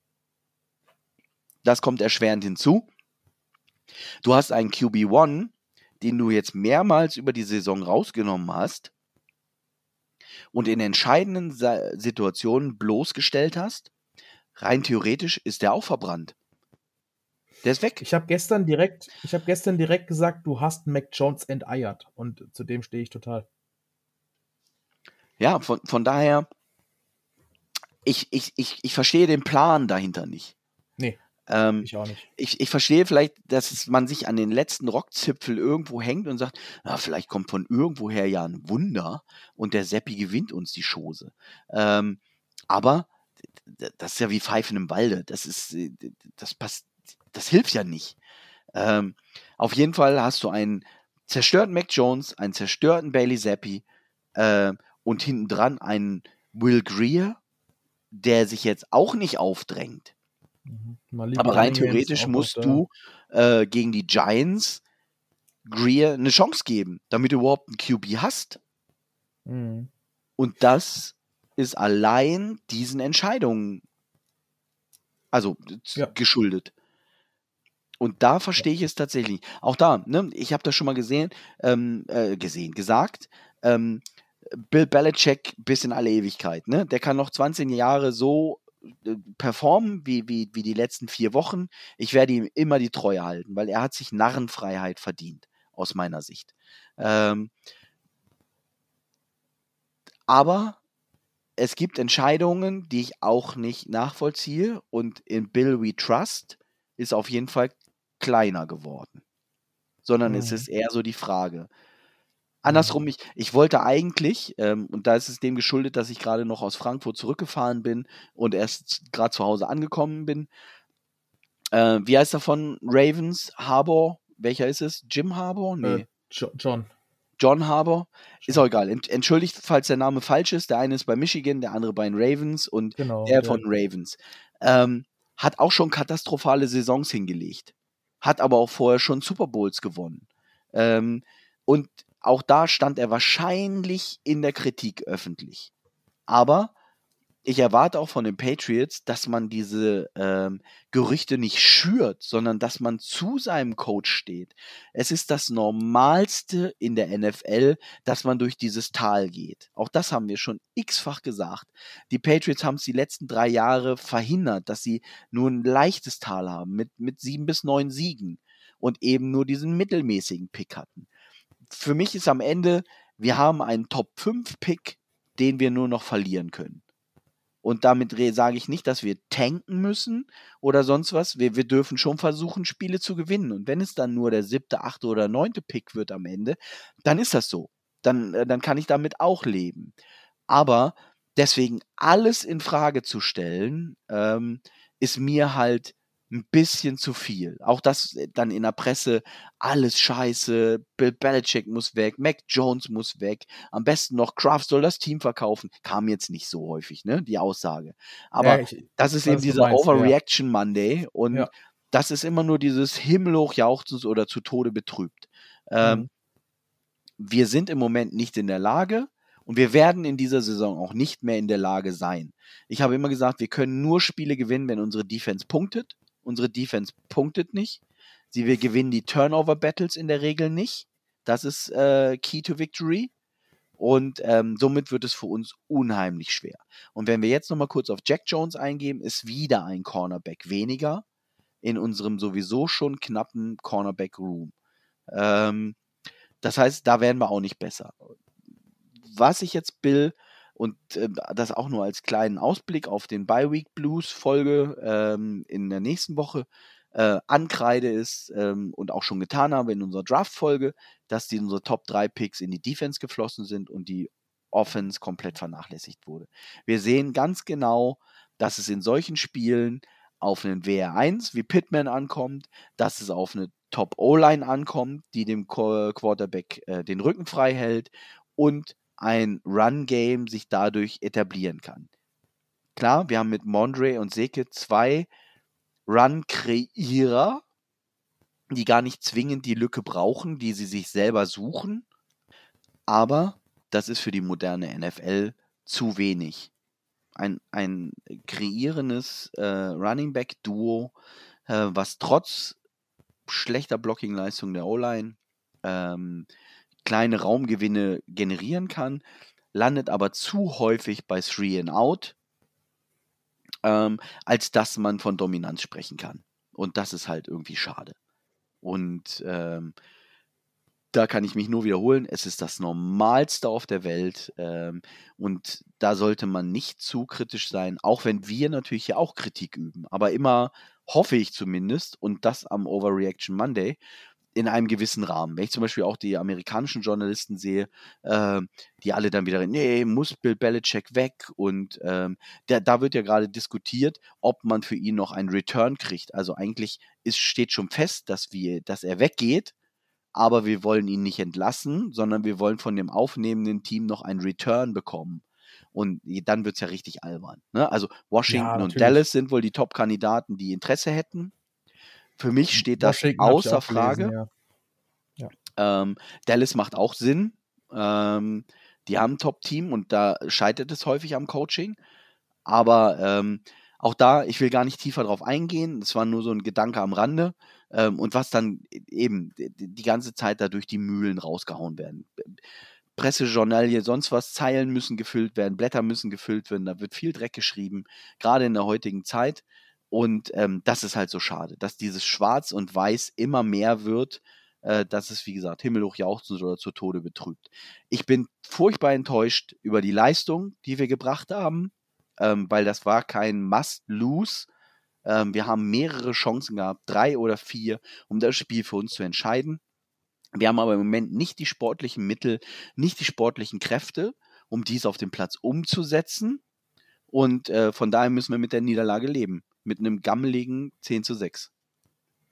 Das kommt erschwerend hinzu. Du hast einen Q B eins, den du jetzt mehrmals über die Saison rausgenommen hast und in entscheidenden Sa- Situationen bloßgestellt hast. Rein theoretisch ist der auch verbrannt. Der ist weg. Ich habe gestern direkt, ich habe gestern direkt gesagt, du hast Mac Jones enteiert und zu dem stehe ich total. Ja, von, von daher, ich, ich, ich, ich verstehe den Plan dahinter nicht. Nee, ähm, ich auch nicht. Ich, ich verstehe vielleicht, dass es, man sich an den letzten Rockzipfel irgendwo hängt und sagt, na, vielleicht kommt von irgendwoher ja ein Wunder und der Seppi gewinnt uns die Chose. Ähm, aber das ist ja wie Pfeifen im Walde. Das ist, das passt, das hilft ja nicht. Ähm, auf jeden Fall hast du einen zerstörten Mac Jones, einen zerstörten Bailey Zappi äh, und hinten dran einen Will Grier, der sich jetzt auch nicht aufdrängt. Mhm. Aber rein theoretisch musst du äh, gegen die Giants Grier eine Chance geben, damit du überhaupt einen Q B hast. Mhm. Und das ist allein diesen Entscheidungen also ja. geschuldet. Und da verstehe ich es tatsächlich. Auch da, ne, ich habe das schon mal gesehen, ähm, äh, gesehen, gesagt, ähm, Bill Belichick bis in alle Ewigkeit, ne? Der kann noch zwanzig Jahre so äh, performen wie, wie, wie die letzten vier Wochen. Ich werde ihm immer die Treue halten, weil er hat sich Narrenfreiheit verdient, aus meiner Sicht. Ähm, aber es gibt Entscheidungen, die ich auch nicht nachvollziehe und in Bill We Trust ist auf jeden Fall kleiner geworden. Sondern mhm. es ist eher so die Frage. Andersrum, ich, ich wollte eigentlich, ähm, und da ist es dem geschuldet, dass ich gerade noch aus Frankfurt zurückgefahren bin und erst gerade zu Hause angekommen bin. Äh, wie heißt er von Ravens? Harbour? welcher ist es? Jim Harbaugh? Äh, Nee. Jo- John. John Harbaugh. Ist John. auch egal. Ent- Entschuldigt, falls der Name falsch ist. Der eine ist bei Michigan, der andere bei den Ravens und Genau. der Der, von Ravens. Ähm, hat auch schon katastrophale Saisons hingelegt. Hat aber auch vorher schon Super Bowls gewonnen. Ähm, und auch da stand er wahrscheinlich in der Kritik öffentlich. Aber ich erwarte auch von den Patriots, dass man diese ähm, Gerüchte nicht schürt, sondern dass man zu seinem Coach steht. Es ist das Normalste in der N F L, dass man durch dieses Tal geht. Auch das haben wir schon x-fach gesagt. Die Patriots haben es die letzten drei Jahre verhindert, dass sie nur ein leichtes Tal haben mit, mit sieben bis neun Siegen und eben nur diesen mittelmäßigen Pick hatten. Für mich ist am Ende, wir haben einen Top fünf Pick, den wir nur noch verlieren können. Und damit re- sage ich nicht, dass wir tanken müssen oder sonst was. Wir, wir dürfen schon versuchen, Spiele zu gewinnen. Und wenn es dann nur der siebte, achte oder neunte Pick wird am Ende, dann ist das so. Dann, äh, dann kann ich damit auch leben. Aber deswegen alles in Frage zu stellen, ähm, ist mir halt ein bisschen zu viel. Auch das äh, dann in der Presse, alles scheiße, Bill Belichick muss weg, Mac Jones muss weg, am besten noch Kraft soll das Team verkaufen. Kam jetzt nicht so häufig, ne, die Aussage. Aber ja, ich, das ich ist weiß, eben was du dieser meinst. Ja. Overreaction Monday und Ja. das ist immer nur dieses himmelhoch jauchzens oder zu Tode betrübt. Ähm, Mhm. wir sind im Moment nicht in der Lage und wir werden in dieser Saison auch nicht mehr in der Lage sein. Ich habe immer gesagt, wir können nur Spiele gewinnen, wenn unsere Defense punktet. Unsere Defense punktet nicht. Sie, wir gewinnen die Turnover-Battles in der Regel nicht. Das ist äh, Key to Victory. Und ähm, somit wird es für uns unheimlich schwer. Und wenn wir jetzt nochmal kurz auf Jack Jones eingehen, ist wieder ein Cornerback weniger in unserem sowieso schon knappen Cornerback-Room. Ähm, das heißt, da werden wir auch nicht besser. Was ich jetzt Bill und äh, das auch nur als kleinen Ausblick auf den Bi-Week Blues Folge ähm, in der nächsten Woche äh, ankreide ist ähm, und auch schon getan habe in unserer Draft-Folge, dass die unsere Top drei Picks in die Defense geflossen sind und die Offense komplett vernachlässigt wurde. Wir sehen ganz genau, dass es in solchen Spielen auf einen W R eins wie Pittman ankommt, dass es auf eine Top-O-Line ankommt, die dem Qu- Quarterback äh, den Rücken frei hält und ein Run-Game sich dadurch etablieren kann. Klar, wir haben mit Mondre und Seke zwei Run-Kreierer, die gar nicht zwingend die Lücke brauchen, die sie sich selber suchen, aber das ist für die moderne N F L zu wenig. Ein, ein kreierendes äh, Running Back Duo, äh, was trotz schlechter Blocking-Leistung der O-Line ähm, kleine Raumgewinne generieren kann, landet aber zu häufig bei Three and Out, ähm, als dass man von Dominanz sprechen kann. Und das ist halt irgendwie schade. Und ähm, da kann ich mich nur wiederholen, es ist das Normalste auf der Welt ähm, und da sollte man nicht zu kritisch sein, auch wenn wir natürlich ja auch Kritik üben, aber immer hoffe ich zumindest und das am Overreaction Monday in einem gewissen Rahmen. Wenn ich zum Beispiel auch die amerikanischen Journalisten sehe, äh, die alle dann wieder, nee, muss Bill Belichick weg und ähm, der, da wird ja gerade diskutiert, ob man für ihn noch einen Return kriegt. Also eigentlich ist, steht schon fest, dass, wir, dass er weggeht, aber wir wollen ihn nicht entlassen, sondern wir wollen von dem aufnehmenden Team noch einen Return bekommen. Und dann wird es ja richtig albern. Ne? Also Washington Ja, und natürlich. Dallas sind wohl die Top-Kandidaten, die Interesse hätten. Für mich steht das Washington habe ich außer auch gelesen, Frage. ja. Ja. Ähm, Dallas macht auch Sinn. Ähm, die haben ein Top-Team und da scheitert es häufig am Coaching. Aber ähm, auch da, ich will gar nicht tiefer drauf eingehen. Es war nur so ein Gedanke am Rande. Ähm, und was dann eben die, die ganze Zeit da durch die Mühlen rausgehauen werden. Pressejournalie, sonst was, Zeilen müssen gefüllt werden, Blätter müssen gefüllt werden, da wird viel Dreck geschrieben, gerade in der heutigen Zeit. Und ähm, das ist halt so schade, dass dieses Schwarz und Weiß immer mehr wird, äh, dass es, wie gesagt, himmelhoch jauchzend oder zu Tode betrübt. Ich bin furchtbar enttäuscht über die Leistung, die wir gebracht haben, ähm, weil das war kein Must-Lose. Ähm, wir haben mehrere Chancen gehabt, drei oder vier, um das Spiel für uns zu entscheiden. Wir haben aber im Moment nicht die sportlichen Mittel, nicht die sportlichen Kräfte, um dies auf dem Platz umzusetzen. Und äh, von daher müssen wir mit der Niederlage leben. Mit einem gammeligen zehn zu sechs.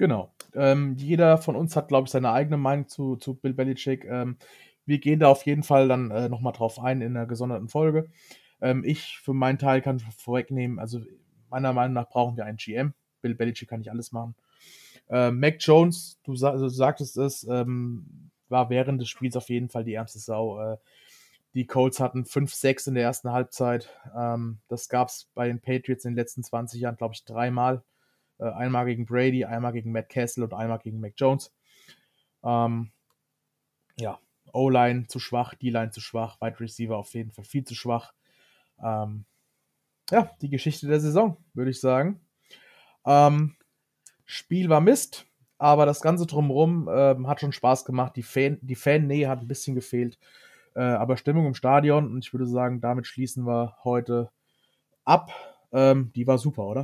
Genau. Ähm, jeder von uns hat, glaube ich, seine eigene Meinung zu, zu Bill Belichick. Ähm, wir gehen da auf jeden Fall dann äh, nochmal drauf ein in einer gesonderten Folge. Ähm, ich für meinen Teil kann vorwegnehmen, also meiner Meinung nach brauchen wir einen G M. Bill Belichick kann nicht alles machen. Ähm, Mac Jones, du, sa du sagtest es, ähm, war während des Spiels auf jeden Fall die ärmste Sau. Äh, die Colts hatten fünf sechs in der ersten Halbzeit. Ähm, das gab es bei den Patriots in den letzten zwanzig Jahren, glaube ich, dreimal. Äh, einmal gegen Brady, einmal gegen Matt Castle und einmal gegen Mac Jones. Ähm, ja, O-Line zu schwach, D-Line zu schwach, Wide Receiver auf jeden Fall viel zu schwach. Ähm, ja, die Geschichte der Saison, würde ich sagen. Ähm, Spiel war Mist, aber das Ganze drumherum ähm, hat schon Spaß gemacht. Die, Fan, die Fan-Nähe hat ein bisschen gefehlt, äh, aber Stimmung im Stadion, und ich würde sagen, damit schließen wir heute ab. Ähm, die war super, oder?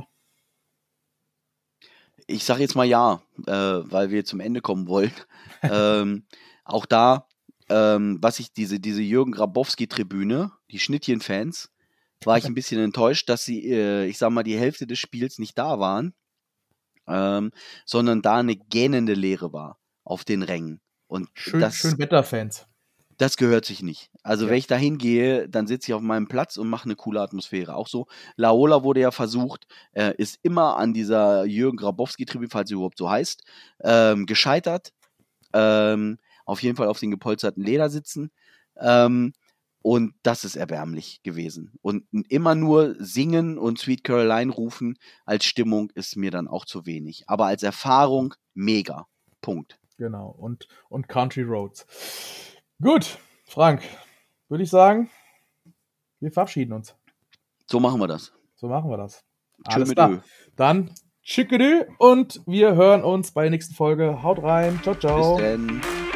Ich sage jetzt mal ja, äh, weil wir zum Ende kommen wollen. ähm, auch da, ähm, was ich diese, diese Jürgen Grabowski-Tribüne, die Schnittchen-Fans, war ich ein bisschen enttäuscht, dass sie, äh, ich sag mal, die Hälfte des Spiels nicht da waren, ähm, sondern da eine gähnende Leere war auf den Rängen. Und Schön, das, schön Wetterfans. das gehört sich nicht. Also Ja. wenn ich da hingehe, dann sitze ich auf meinem Platz und mache eine coole Atmosphäre. Auch so, Laola wurde ja versucht, äh, ist immer an dieser Jürgen Grabowski-Tribüne, falls sie überhaupt so heißt, ähm, gescheitert. Ähm, auf jeden Fall auf den gepolsterten Ledersitzen. Ähm, und das ist erbärmlich gewesen. Und immer nur singen und Sweet Caroline rufen als Stimmung ist mir dann auch zu wenig. Aber als Erfahrung mega. Punkt. Genau. Und, und Country Roads. Gut, Frank, würde ich sagen, wir verabschieden uns. So machen wir das. So machen wir das. Tschö Alles mit klar. Ö. Dann Tschickedü und wir hören uns bei der nächsten Folge. Haut rein. Ciao, ciao. Bis denn.